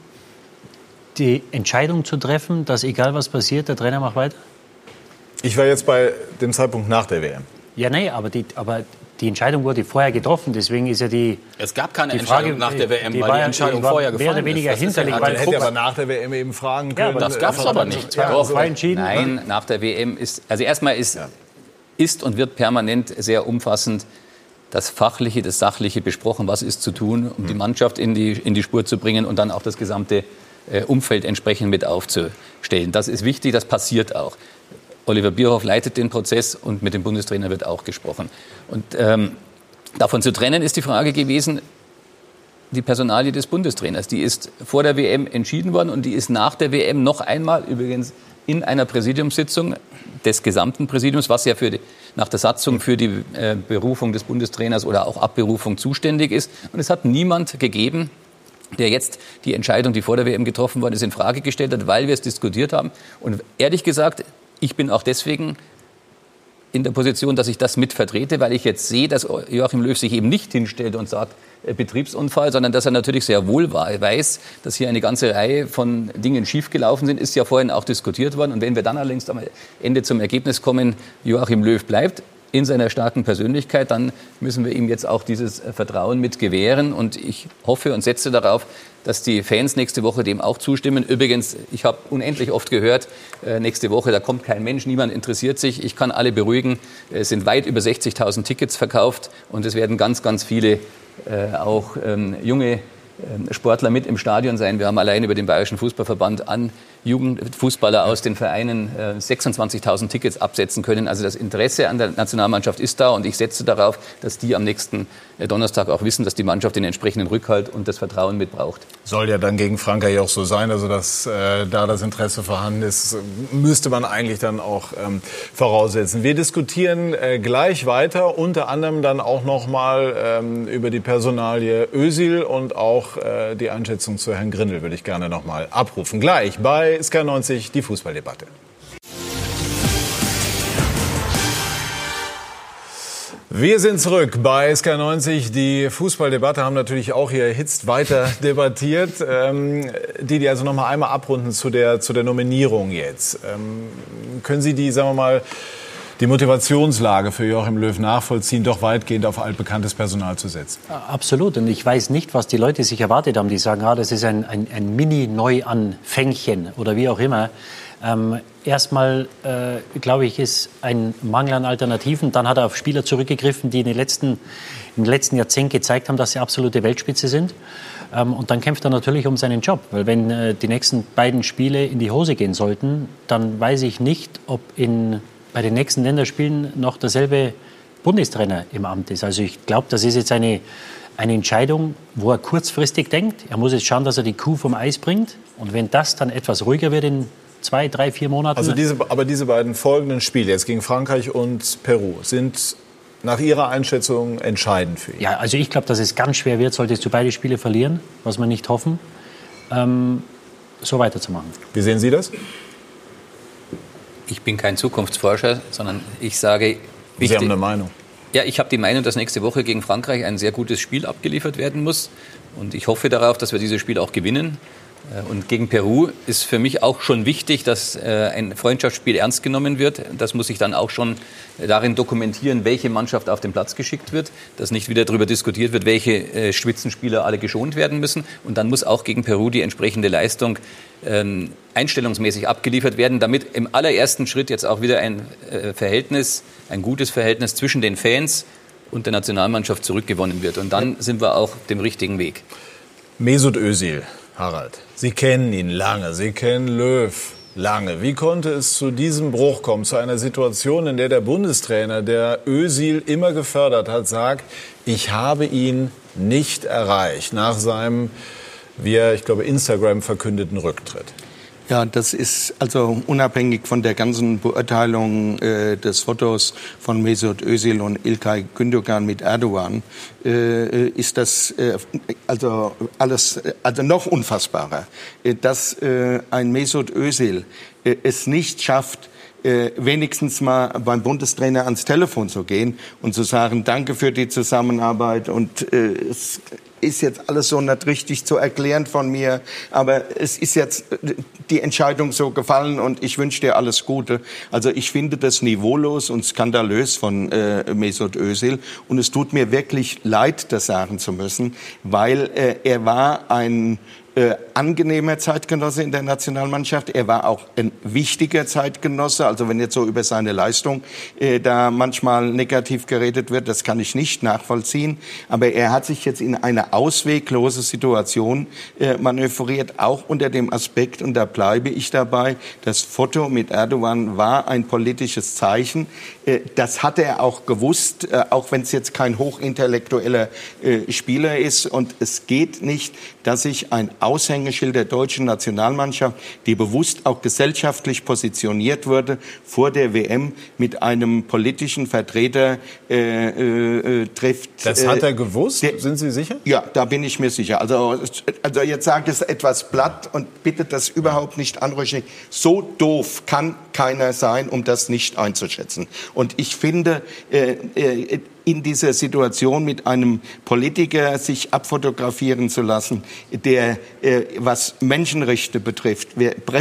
die Entscheidung zu treffen, dass egal was passiert, der Trainer macht weiter? Ich war jetzt bei dem Zeitpunkt nach der W M. Ja, nee, aber die, aber die Entscheidung wurde vorher getroffen. Deswegen ist ja die. Es gab keine die Entscheidung Frage, nach der W M, die weil die Entscheidung war, vorher gefallen ist. Mehr oder weniger ist. hinterlich. Man hätte aber nach der W M eben fragen können. Ja, das gab es aber nicht. Ja, Doch, entschieden. Nein, nach der W M ist. Also erstmal ist, ja. ist und wird permanent sehr umfassend das Fachliche, das Sachliche besprochen. Was ist zu tun, um mhm. die Mannschaft in die, in die Spur zu bringen und dann auch das gesamte äh, Umfeld entsprechend mit aufzustellen. Das ist wichtig, das passiert auch. Oliver Bierhoff leitet den Prozess und mit dem Bundestrainer wird auch gesprochen. Und ähm, davon zu trennen ist die Frage gewesen, die Personalie des Bundestrainers. Die ist vor der W M entschieden worden und die ist nach der W M noch einmal übrigens in einer Präsidiumssitzung des gesamten Präsidiums, was ja für die, nach der Satzung für die äh, Berufung des Bundestrainers oder auch Abberufung zuständig ist. Und es hat niemand gegeben, der jetzt die Entscheidung, die vor der W M getroffen worden ist, in Frage gestellt hat, weil wir es diskutiert haben. Und ehrlich gesagt, ich bin auch deswegen in der Position, dass ich das mit vertrete, weil ich jetzt sehe, dass Joachim Löw sich eben nicht hinstellt und sagt, äh, Betriebsunfall, sondern dass er natürlich sehr wohl weiß, dass hier eine ganze Reihe von Dingen schiefgelaufen sind, ist ja vorhin auch diskutiert worden. Und wenn wir dann allerdings am Ende zum Ergebnis kommen, Joachim Löw bleibt in seiner starken Persönlichkeit, dann müssen wir ihm jetzt auch dieses Vertrauen mit gewähren. Und ich hoffe und setze darauf, dass die Fans nächste Woche dem auch zustimmen. Übrigens, ich habe unendlich oft gehört, äh, nächste Woche, da kommt kein Mensch, niemand interessiert sich. Ich kann alle beruhigen, es sind weit über sechzigtausend Tickets verkauft und es werden ganz, ganz viele äh, auch ähm, junge ähm, Sportler mit im Stadion sein. Wir haben allein über den Bayerischen Fußballverband an Jugendfußballer aus den Vereinen äh, sechsundzwanzigtausend Tickets absetzen können. Also das Interesse an der Nationalmannschaft ist da und ich setze darauf, dass die am nächsten äh, Donnerstag auch wissen, dass die Mannschaft den entsprechenden Rückhalt und das Vertrauen mit braucht. Soll ja dann gegen Frankreich auch so sein, also dass äh, da das Interesse vorhanden ist, müsste man eigentlich dann auch ähm, voraussetzen. Wir diskutieren äh, gleich weiter, unter anderem dann auch noch mal ähm, über die Personalie Özil und auch äh, die Einschätzung zu Herrn Grindel würde ich gerne noch mal abrufen. Gleich bei Sky neunzig, die Fußballdebatte. Wir sind zurück bei Sky neunzig. Die Fußballdebatte haben natürlich auch hier erhitzt weiter debattiert. Ähm, die, die also noch mal einmal abrunden zu der, zu der Nominierung jetzt. Ähm, können Sie die, sagen wir mal, die Motivationslage für Joachim Löw nachvollziehen, doch weitgehend auf altbekanntes Personal zu setzen? Absolut. Und ich weiß nicht, was die Leute sich erwartet haben. Die sagen, ah, das ist ein, ein, ein Mini-Neuanfängchen oder wie auch immer. Ähm, erstmal, äh, glaube ich, ist ein Mangel an Alternativen. Dann hat er auf Spieler zurückgegriffen, die in den letzten, im letzten Jahrzehnt gezeigt haben, dass sie absolute Weltspitze sind. Ähm, und dann kämpft er natürlich um seinen Job. Weil wenn äh, die nächsten beiden Spiele in die Hose gehen sollten, dann weiß ich nicht, ob in bei den nächsten Länderspielen noch derselbe Bundestrainer im Amt ist. Also ich glaube, das ist jetzt eine, eine Entscheidung, wo er kurzfristig denkt. Er muss jetzt schauen, dass er die Kuh vom Eis bringt. Und wenn das dann etwas ruhiger wird in zwei, drei, vier Monaten... Also diese, aber diese beiden folgenden Spiele, jetzt gegen Frankreich und Peru, sind nach Ihrer Einschätzung entscheidend für ihn? Ja, also ich glaube, dass es ganz schwer wird, solltest du beide Spiele verlieren, was wir nicht hoffen, ähm, so weiterzumachen. Wie sehen Sie das? Ich bin kein Zukunftsforscher, sondern ich sage... Sie haben eine Meinung. Ja, ich habe die Meinung, dass nächste Woche gegen Frankreich ein sehr gutes Spiel abgeliefert werden muss. Und ich hoffe darauf, dass wir dieses Spiel auch gewinnen. Und gegen Peru ist für mich auch schon wichtig, dass äh, ein Freundschaftsspiel ernst genommen wird. Das muss sich dann auch schon darin dokumentieren, welche Mannschaft auf den Platz geschickt wird. Dass nicht wieder darüber diskutiert wird, welche äh, Spitzenspieler alle geschont werden müssen. Und dann muss auch gegen Peru die entsprechende Leistung ähm, einstellungsmäßig abgeliefert werden, damit im allerersten Schritt jetzt auch wieder ein äh, Verhältnis, ein gutes Verhältnis zwischen den Fans und der Nationalmannschaft zurückgewonnen wird. Und dann sind wir auch auf dem richtigen Weg. Mesut Özil. Harald, Sie kennen ihn lange, Sie kennen Löw lange. Wie konnte es zu diesem Bruch kommen, zu einer Situation, in der der Bundestrainer, der Özil immer gefördert hat, sagt, ich habe ihn nicht erreicht nach seinem, wie er, ich glaube, Instagram verkündeten Rücktritt? Ja, das ist also unabhängig von der ganzen Beurteilung äh, des Fotos von Mesut Özil und İlkay Gündoğan mit Erdogan, äh, ist das äh, also alles also noch unfassbarer, äh, dass äh, ein Mesut Özil äh, es nicht schafft, Äh, wenigstens mal beim Bundestrainer ans Telefon zu gehen und zu sagen, danke für die Zusammenarbeit und äh, es ist jetzt alles so nicht richtig zu erklären von mir, aber es ist jetzt die Entscheidung so gefallen und ich wünsche dir alles Gute. Also ich finde das niveaulos und skandalös von äh, Mesut Özil und es tut mir wirklich leid, das sagen zu müssen, weil äh, er war ein Äh, angenehmer Zeitgenosse in der Nationalmannschaft. Er war auch ein wichtiger Zeitgenosse. Also wenn jetzt so über seine Leistung äh, da manchmal negativ geredet wird, das kann ich nicht nachvollziehen. Aber er hat sich jetzt in eine ausweglose Situation äh, manövriert, auch unter dem Aspekt, und da bleibe ich dabei, das Foto mit Erdogan war ein politisches Zeichen. Äh, das hat er auch gewusst, äh, auch wenn es jetzt kein hochintellektueller äh, Spieler ist. Und es geht nicht, dass sich ein Aushängeschild der deutschen Nationalmannschaft, die bewusst auch gesellschaftlich positioniert wurde, vor der W M mit einem politischen Vertreter äh, äh, trifft. Das hat er gewusst? Der, Sind Sie sicher? Ja, da bin ich mir sicher. Also, also jetzt sage ich es etwas platt und bitte das überhaupt nicht anrüchigen. So doof kann keiner sein, um das nicht einzuschätzen. Und ich finde, äh, äh, in dieser Situation mit einem Politiker sich abfotografieren zu lassen, der, äh, was Menschenrechte betrifft,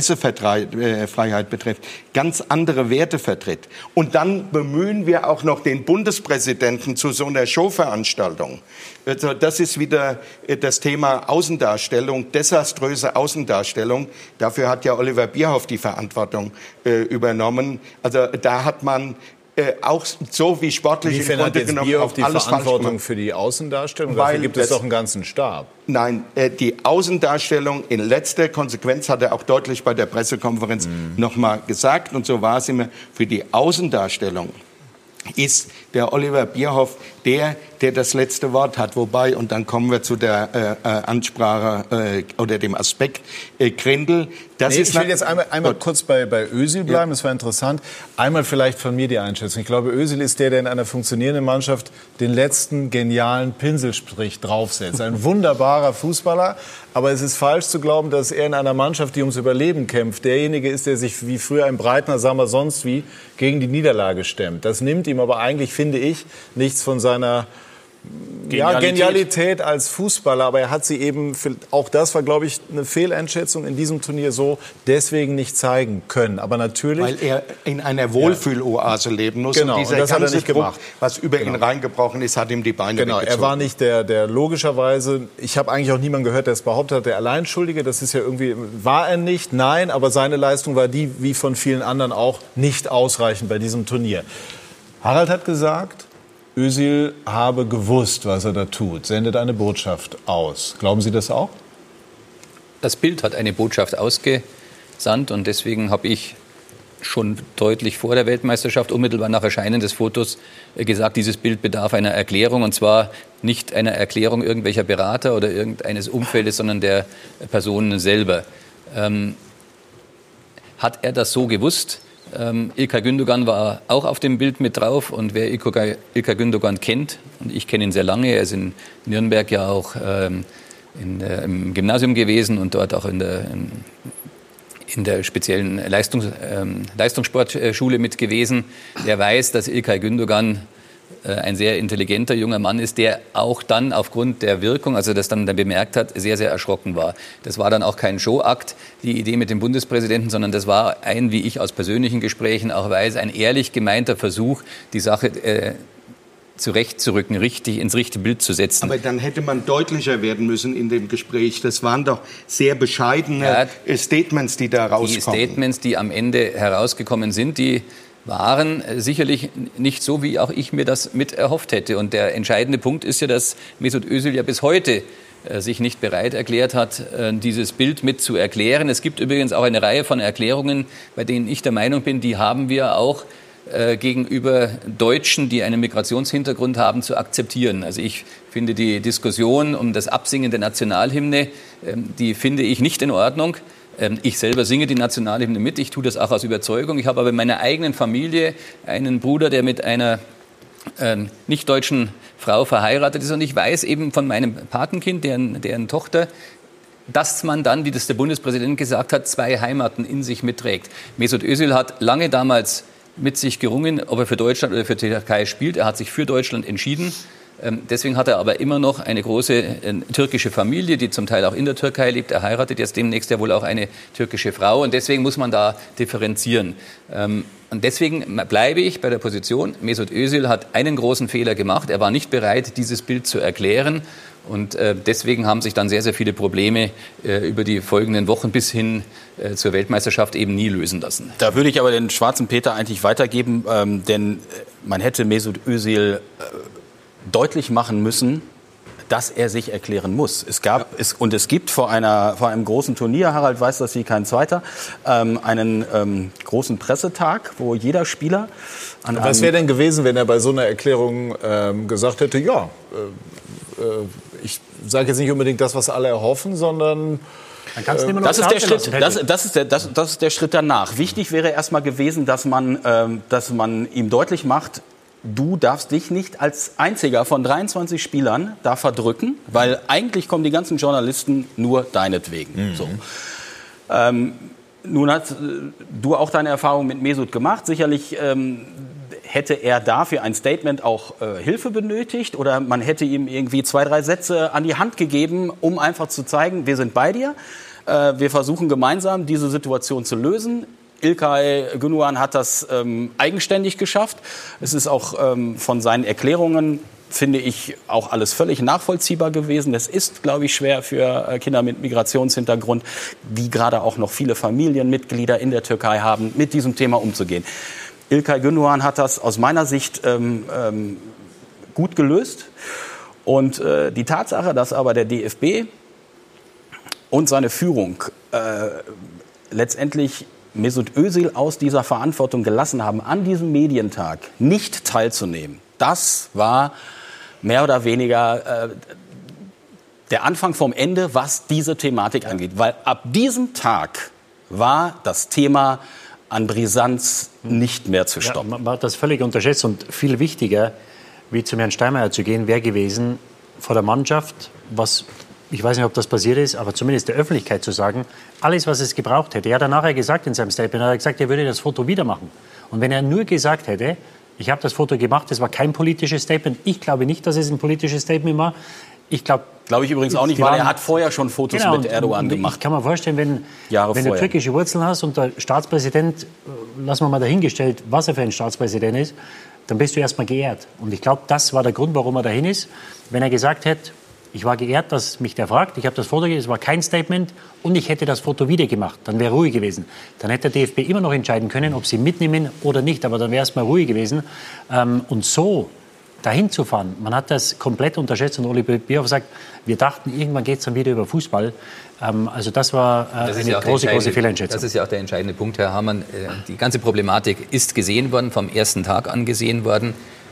Pressefreiheit betrifft, ganz andere Werte vertritt. Und dann bemühen wir auch noch den Bundespräsidenten zu so einer Showveranstaltung. Also das ist wieder das Thema Außendarstellung, desaströse Außendarstellung. Dafür hat ja Oliver Bierhoff die Verantwortung äh, übernommen. Also da hat man Äh, auch so wie sportlich im Grunde genommen auf die alles Verantwortung für die Außendarstellung? Dafür gibt es doch einen ganzen Stab. Nein, äh, die Außendarstellung in letzter Konsequenz hat er auch deutlich bei der Pressekonferenz mhm. noch mal gesagt. Und so war es immer, für die Außendarstellung ist der Oliver Bierhoff der, der das letzte Wort hat. Wobei, und dann kommen wir zu der äh, Ansprache äh, oder dem Aspekt äh, Grindel. Das nee, ist ich will jetzt einmal, einmal kurz bei, bei Özil bleiben, ja. Das war interessant. Einmal vielleicht von mir die Einschätzung. Ich glaube, Özil ist der, der in einer funktionierenden Mannschaft den letzten genialen Pinselstrich draufsetzt. Ein wunderbarer Fußballer, aber es ist falsch zu glauben, dass er in einer Mannschaft, die ums Überleben kämpft, derjenige ist, der sich wie früher ein Breitner, sagen wir sonst wie, gegen die Niederlage stemmt. Das nimmt ihm aber eigentlich, finde ich, nichts von seiner Genialität. Ja, Genialität als Fußballer, aber er hat sie eben, auch das war, glaube ich, eine Fehleinschätzung in diesem Turnier so, deswegen nicht zeigen können. Aber natürlich... Weil er in einer Wohlfühloase leben muss. Genau, und dieser und das ganze hat er nicht Druck, gemacht. Was über genau. ihn reingebrochen ist, hat ihm die Beine Genau, weggezogen. Er war nicht der, der logischerweise, ich habe eigentlich auch niemanden gehört, der es behauptet hat, der Alleinschuldige, das ist ja irgendwie, war er nicht, nein, aber seine Leistung war die, wie von vielen anderen auch, nicht ausreichend bei diesem Turnier. Harald hat gesagt, Özil habe gewusst, was er da tut, sendet eine Botschaft aus. Glauben Sie das auch? Das Bild hat eine Botschaft ausgesandt und deswegen habe ich schon deutlich vor der Weltmeisterschaft, unmittelbar nach Erscheinen des Fotos, gesagt, dieses Bild bedarf einer Erklärung, und zwar nicht einer Erklärung irgendwelcher Berater oder irgendeines Umfeldes, sondern der Personen selber. Ähm, hat er das so gewusst? Ähm, İlkay Gündoğan war auch auf dem Bild mit drauf, und wer İlkay, İlkay Gündoğan kennt, und ich kenne ihn sehr lange, er ist in Nürnberg ja auch ähm, in, äh, im Gymnasium gewesen und dort auch in der, in, in der speziellen Leistungs, ähm, Leistungssportschule mit gewesen, der weiß, dass İlkay Gündoğan ein sehr intelligenter junger Mann ist, der auch dann aufgrund der Wirkung, also das dann bemerkt hat, sehr, sehr erschrocken war. Das war dann auch kein Showakt, die Idee mit dem Bundespräsidenten, sondern das war ein, wie ich aus persönlichen Gesprächen auch weiß, ein ehrlich gemeinter Versuch, die Sache äh, zurechtzurücken, richtig ins richtige Bild zu setzen. Aber dann hätte man deutlicher werden müssen in dem Gespräch. Das waren doch sehr bescheidene ja, Statements, die da rauskommen. Die Statements, die am Ende herausgekommen sind, die waren sicherlich nicht so, wie auch ich mir das mit erhofft hätte. Und der entscheidende Punkt ist ja, dass Mesut Özil ja bis heute äh, sich nicht bereit erklärt hat, äh, dieses Bild mit zu erklären. Es gibt übrigens auch eine Reihe von Erklärungen, bei denen ich der Meinung bin, die haben wir auch äh, gegenüber Deutschen, die einen Migrationshintergrund haben, zu akzeptieren. Also ich finde die Diskussion um das Absingen der Nationalhymne, äh, die finde ich nicht in Ordnung. Ich selber singe die Nationalhymne mit, ich tue das auch aus Überzeugung. Ich habe aber in meiner eigenen Familie einen Bruder, der mit einer äh, nicht-deutschen Frau verheiratet ist. Und ich weiß eben von meinem Patenkind, deren, deren Tochter, dass man dann, wie das der Bundespräsident gesagt hat, zwei Heimaten in sich mitträgt. Mesut Özil hat lange damals mit sich gerungen, ob er für Deutschland oder für die Türkei spielt. Er hat sich für Deutschland entschieden. Deswegen hat er aber immer noch eine große äh, türkische Familie, die zum Teil auch in der Türkei lebt. Er heiratet jetzt demnächst ja wohl auch eine türkische Frau. Und deswegen muss man da differenzieren. Ähm, und deswegen bleibe ich bei der Position, Mesut Özil hat einen großen Fehler gemacht. Er war nicht bereit, dieses Bild zu erklären. Und äh, deswegen haben sich dann sehr, sehr viele Probleme äh, über die folgenden Wochen bis hin äh, zur Weltmeisterschaft eben nie lösen lassen. Da würde ich aber den schwarzen Peter eigentlich weitergeben, ähm, denn man hätte Mesut Özil äh, deutlich machen müssen, dass er sich erklären muss. Es gab ja. es, und es gibt vor, einer, vor einem großen Turnier, Harald weiß das wie kein zweiter, ähm, einen ähm, großen Pressetag, wo jeder Spieler an Was wäre denn gewesen, wenn er bei so einer Erklärung ähm, gesagt hätte, ja, äh, äh, ich sage jetzt nicht unbedingt das, was alle erhoffen, sondern Das ist, der Schritt, das, das, ist der, das, das ist der Schritt danach. Wichtig wäre erstmal gewesen, dass man, ähm, dass man ihm deutlich macht, du darfst dich nicht als einziger von dreiundzwanzig Spielern da verdrücken, weil eigentlich kommen die ganzen Journalisten nur deinetwegen. Mhm. So. Ähm, nun hast du auch deine Erfahrung mit Mesut gemacht. Sicherlich ähm, hätte er dafür ein Statement auch äh, Hilfe benötigt oder man hätte ihm irgendwie zwei, drei Sätze an die Hand gegeben, um einfach zu zeigen, wir sind bei dir. Äh, wir versuchen gemeinsam, diese Situation zu lösen. İlkay Gündoğan hat das ähm, eigenständig geschafft. Es ist auch ähm, von seinen Erklärungen, finde ich, auch alles völlig nachvollziehbar gewesen. Es ist, glaube ich, schwer für äh, Kinder mit Migrationshintergrund, die gerade auch noch viele Familienmitglieder in der Türkei haben, mit diesem Thema umzugehen. İlkay Gündoğan hat das aus meiner Sicht ähm, ähm, gut gelöst. Und äh, die Tatsache, dass aber der D F B und seine Führung äh, letztendlich Mesut Özil aus dieser Verantwortung gelassen haben, an diesem Medientag nicht teilzunehmen, das war mehr oder weniger äh, der Anfang vom Ende, was diese Thematik angeht. Weil ab diesem Tag war das Thema an Brisanz nicht mehr zu stoppen. Ja, man hat das völlig unterschätzt und viel wichtiger, wie zum Herrn Steinmeier zu gehen, wäre gewesen, vor der Mannschaft, was... Ich weiß nicht, ob das passiert ist, aber zumindest der Öffentlichkeit zu sagen, alles, was es gebraucht hätte. Er hat dann nachher gesagt in seinem Statement, er hat gesagt, er würde das Foto wieder machen. Und wenn er nur gesagt hätte, ich habe das Foto gemacht, das war kein politisches Statement. Ich glaube nicht, dass es ein politisches Statement war. Ich glaube glaube ich übrigens auch nicht, weil er hat vorher schon Fotos genau, mit Erdogan und, und gemacht. Ich kann mir vorstellen, wenn, wenn du türkische Wurzeln hast und der Staatspräsident, lassen wir mal dahingestellt, was er für ein Staatspräsident ist, dann bist du erst mal geehrt. Und ich glaube, das war der Grund, warum er dahin ist. Wenn er gesagt hätte, ich war geehrt, dass mich der fragt. Ich habe das Foto gegeben, es war kein Statement und ich hätte das Foto wieder gemacht. Dann wäre ruhig gewesen. Dann hätte der D F B immer noch entscheiden können, ob sie mitnehmen oder nicht. Aber dann wäre es mal ruhig gewesen. Und so dahin zu fahren, man hat das komplett unterschätzt. Und Oli Bierhoff sagt, wir dachten, irgendwann geht es dann wieder über Fußball. Also das war das eine ja große, große Fehleinschätzung. Das ist ja auch der entscheidende Punkt, Herr Hamann. Die ganze Problematik ist gesehen worden, vom ersten Tag an gesehen worden.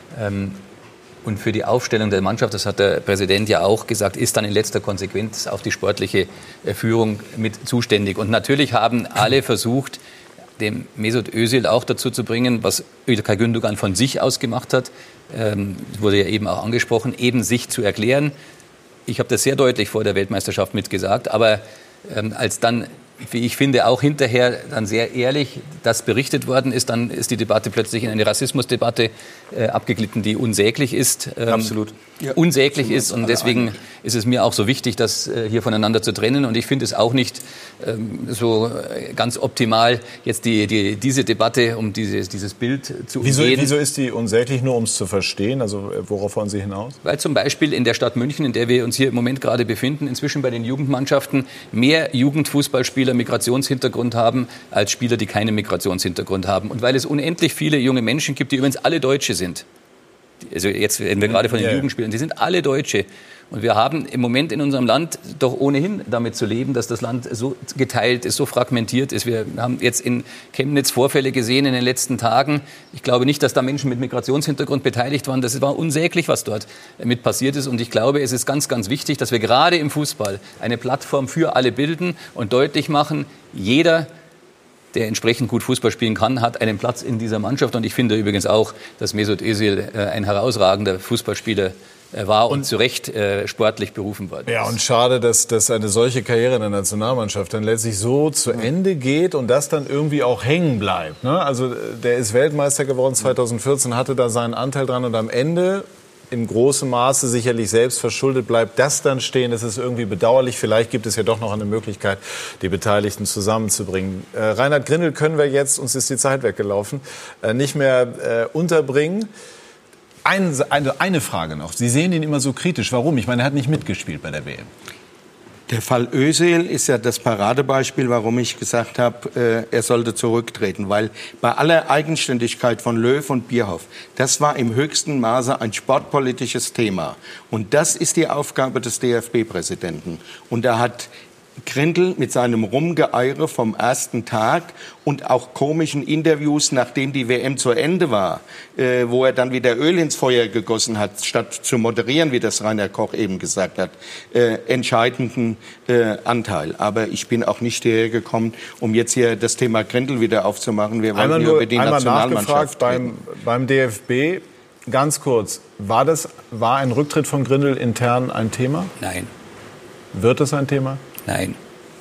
Und für die Aufstellung der Mannschaft, das hat der Präsident ja auch gesagt, ist dann in letzter Konsequenz auf die sportliche Führung mit zuständig. Und natürlich haben alle versucht, dem Mesut Özil auch dazu zu bringen, was İlkay Gündoğan von sich aus gemacht hat, ähm, wurde ja eben auch angesprochen, eben sich zu erklären. Ich habe das sehr deutlich vor der Weltmeisterschaft mitgesagt, aber ähm, als dann wie ich finde, auch hinterher dann sehr ehrlich das berichtet worden ist, dann ist die Debatte plötzlich in eine Rassismusdebatte äh, abgeglitten, die unsäglich ist. Ähm, Absolut. Ja. Unsäglich ist und deswegen ist es mir auch so wichtig, das äh, hier voneinander zu trennen und ich finde es auch nicht ähm, so ganz optimal, jetzt die, die, diese Debatte um dieses, dieses Bild zu wieso, umgehen. Wieso ist die unsäglich, nur um es zu verstehen? Also worauf wollen Sie hinaus? Weil zum Beispiel in der Stadt München, in der wir uns hier im Moment gerade befinden, inzwischen bei den Jugendmannschaften mehr Jugendfußballspieler Migrationshintergrund haben, als Spieler, die keinen Migrationshintergrund haben. Und weil es unendlich viele junge Menschen gibt, die übrigens alle Deutsche sind. Also jetzt reden wir gerade von den ja, Jugendspielern, die sind alle Deutsche. Und wir haben im Moment in unserem Land doch ohnehin damit zu leben, dass das Land so geteilt ist, so fragmentiert ist. Wir haben jetzt in Chemnitz Vorfälle gesehen in den letzten Tagen. Ich glaube nicht, dass da Menschen mit Migrationshintergrund beteiligt waren. Das war unsäglich, was dort mit passiert ist. Und ich glaube, es ist ganz, ganz wichtig, dass wir gerade im Fußball eine Plattform für alle bilden und deutlich machen, jeder, der entsprechend gut Fußball spielen kann, hat einen Platz in dieser Mannschaft. Und ich finde übrigens auch, dass Mesut Özil ein herausragender Fußballspieler war und, und zu Recht äh, sportlich berufen worden ist. Ja, und schade, dass, dass eine solche Karriere in der Nationalmannschaft dann letztlich so zu Ende geht und das dann irgendwie auch hängen bleibt. Ne? Also der ist Weltmeister geworden zweitausendvierzehn, hatte da seinen Anteil dran und am Ende in großem Maße sicherlich selbst verschuldet bleibt, das dann stehen. Das ist irgendwie bedauerlich. Vielleicht gibt es ja doch noch eine Möglichkeit, die Beteiligten zusammenzubringen. Äh, Reinhard Grindel können wir jetzt, uns ist die Zeit weggelaufen, äh, nicht mehr äh, unterbringen. Ein, eine, eine Frage noch. Sie sehen ihn immer so kritisch. Warum? Ich meine, er hat nicht mitgespielt bei der W M. Der Fall Özil ist ja das Paradebeispiel, warum ich gesagt habe, äh, er sollte zurücktreten. Weil bei aller Eigenständigkeit von Löw und Bierhoff, das war im höchsten Maße ein sportpolitisches Thema. Und das ist die Aufgabe des D F B-Präsidenten. Und da hat Grindel mit seinem Rumgeeire vom ersten Tag und auch komischen Interviews, nachdem die W M zu Ende war, äh, wo er dann wieder Öl ins Feuer gegossen hat, statt zu moderieren, wie das Rainer Koch eben gesagt hat, äh, entscheidenden äh, Anteil. Aber ich bin auch nicht hierher gekommen, um jetzt hier das Thema Grindel wieder aufzumachen. Wir wollen nur über die einmal Nationalmannschaft beim, beim D F B, ganz kurz, war, das, war ein Rücktritt von Grindel intern ein Thema? Nein. Wird es ein Thema? Nein.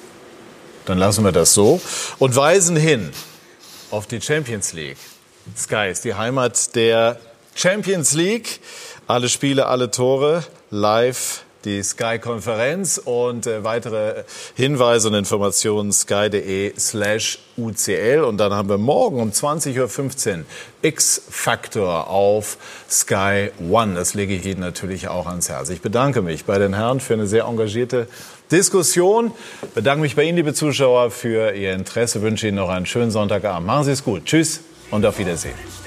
Dann lassen wir das so und weisen hin auf die Champions League. Sky ist die Heimat der Champions League. Alle Spiele, alle Tore, live die Sky-Konferenz und äh, weitere Hinweise und Informationen sky.de slash UCL. Und dann haben wir morgen um zwanzig Uhr fünfzehn X-Factor auf Sky One. Das lege ich Ihnen natürlich auch ans Herz. Ich bedanke mich bei den Herren für eine sehr engagierte Diskussion. Ich bedanke mich bei Ihnen, liebe Zuschauer, für Ihr Interesse. Ich wünsche Ihnen noch einen schönen Sonntagabend. Machen Sie es gut. Tschüss und auf Wiedersehen.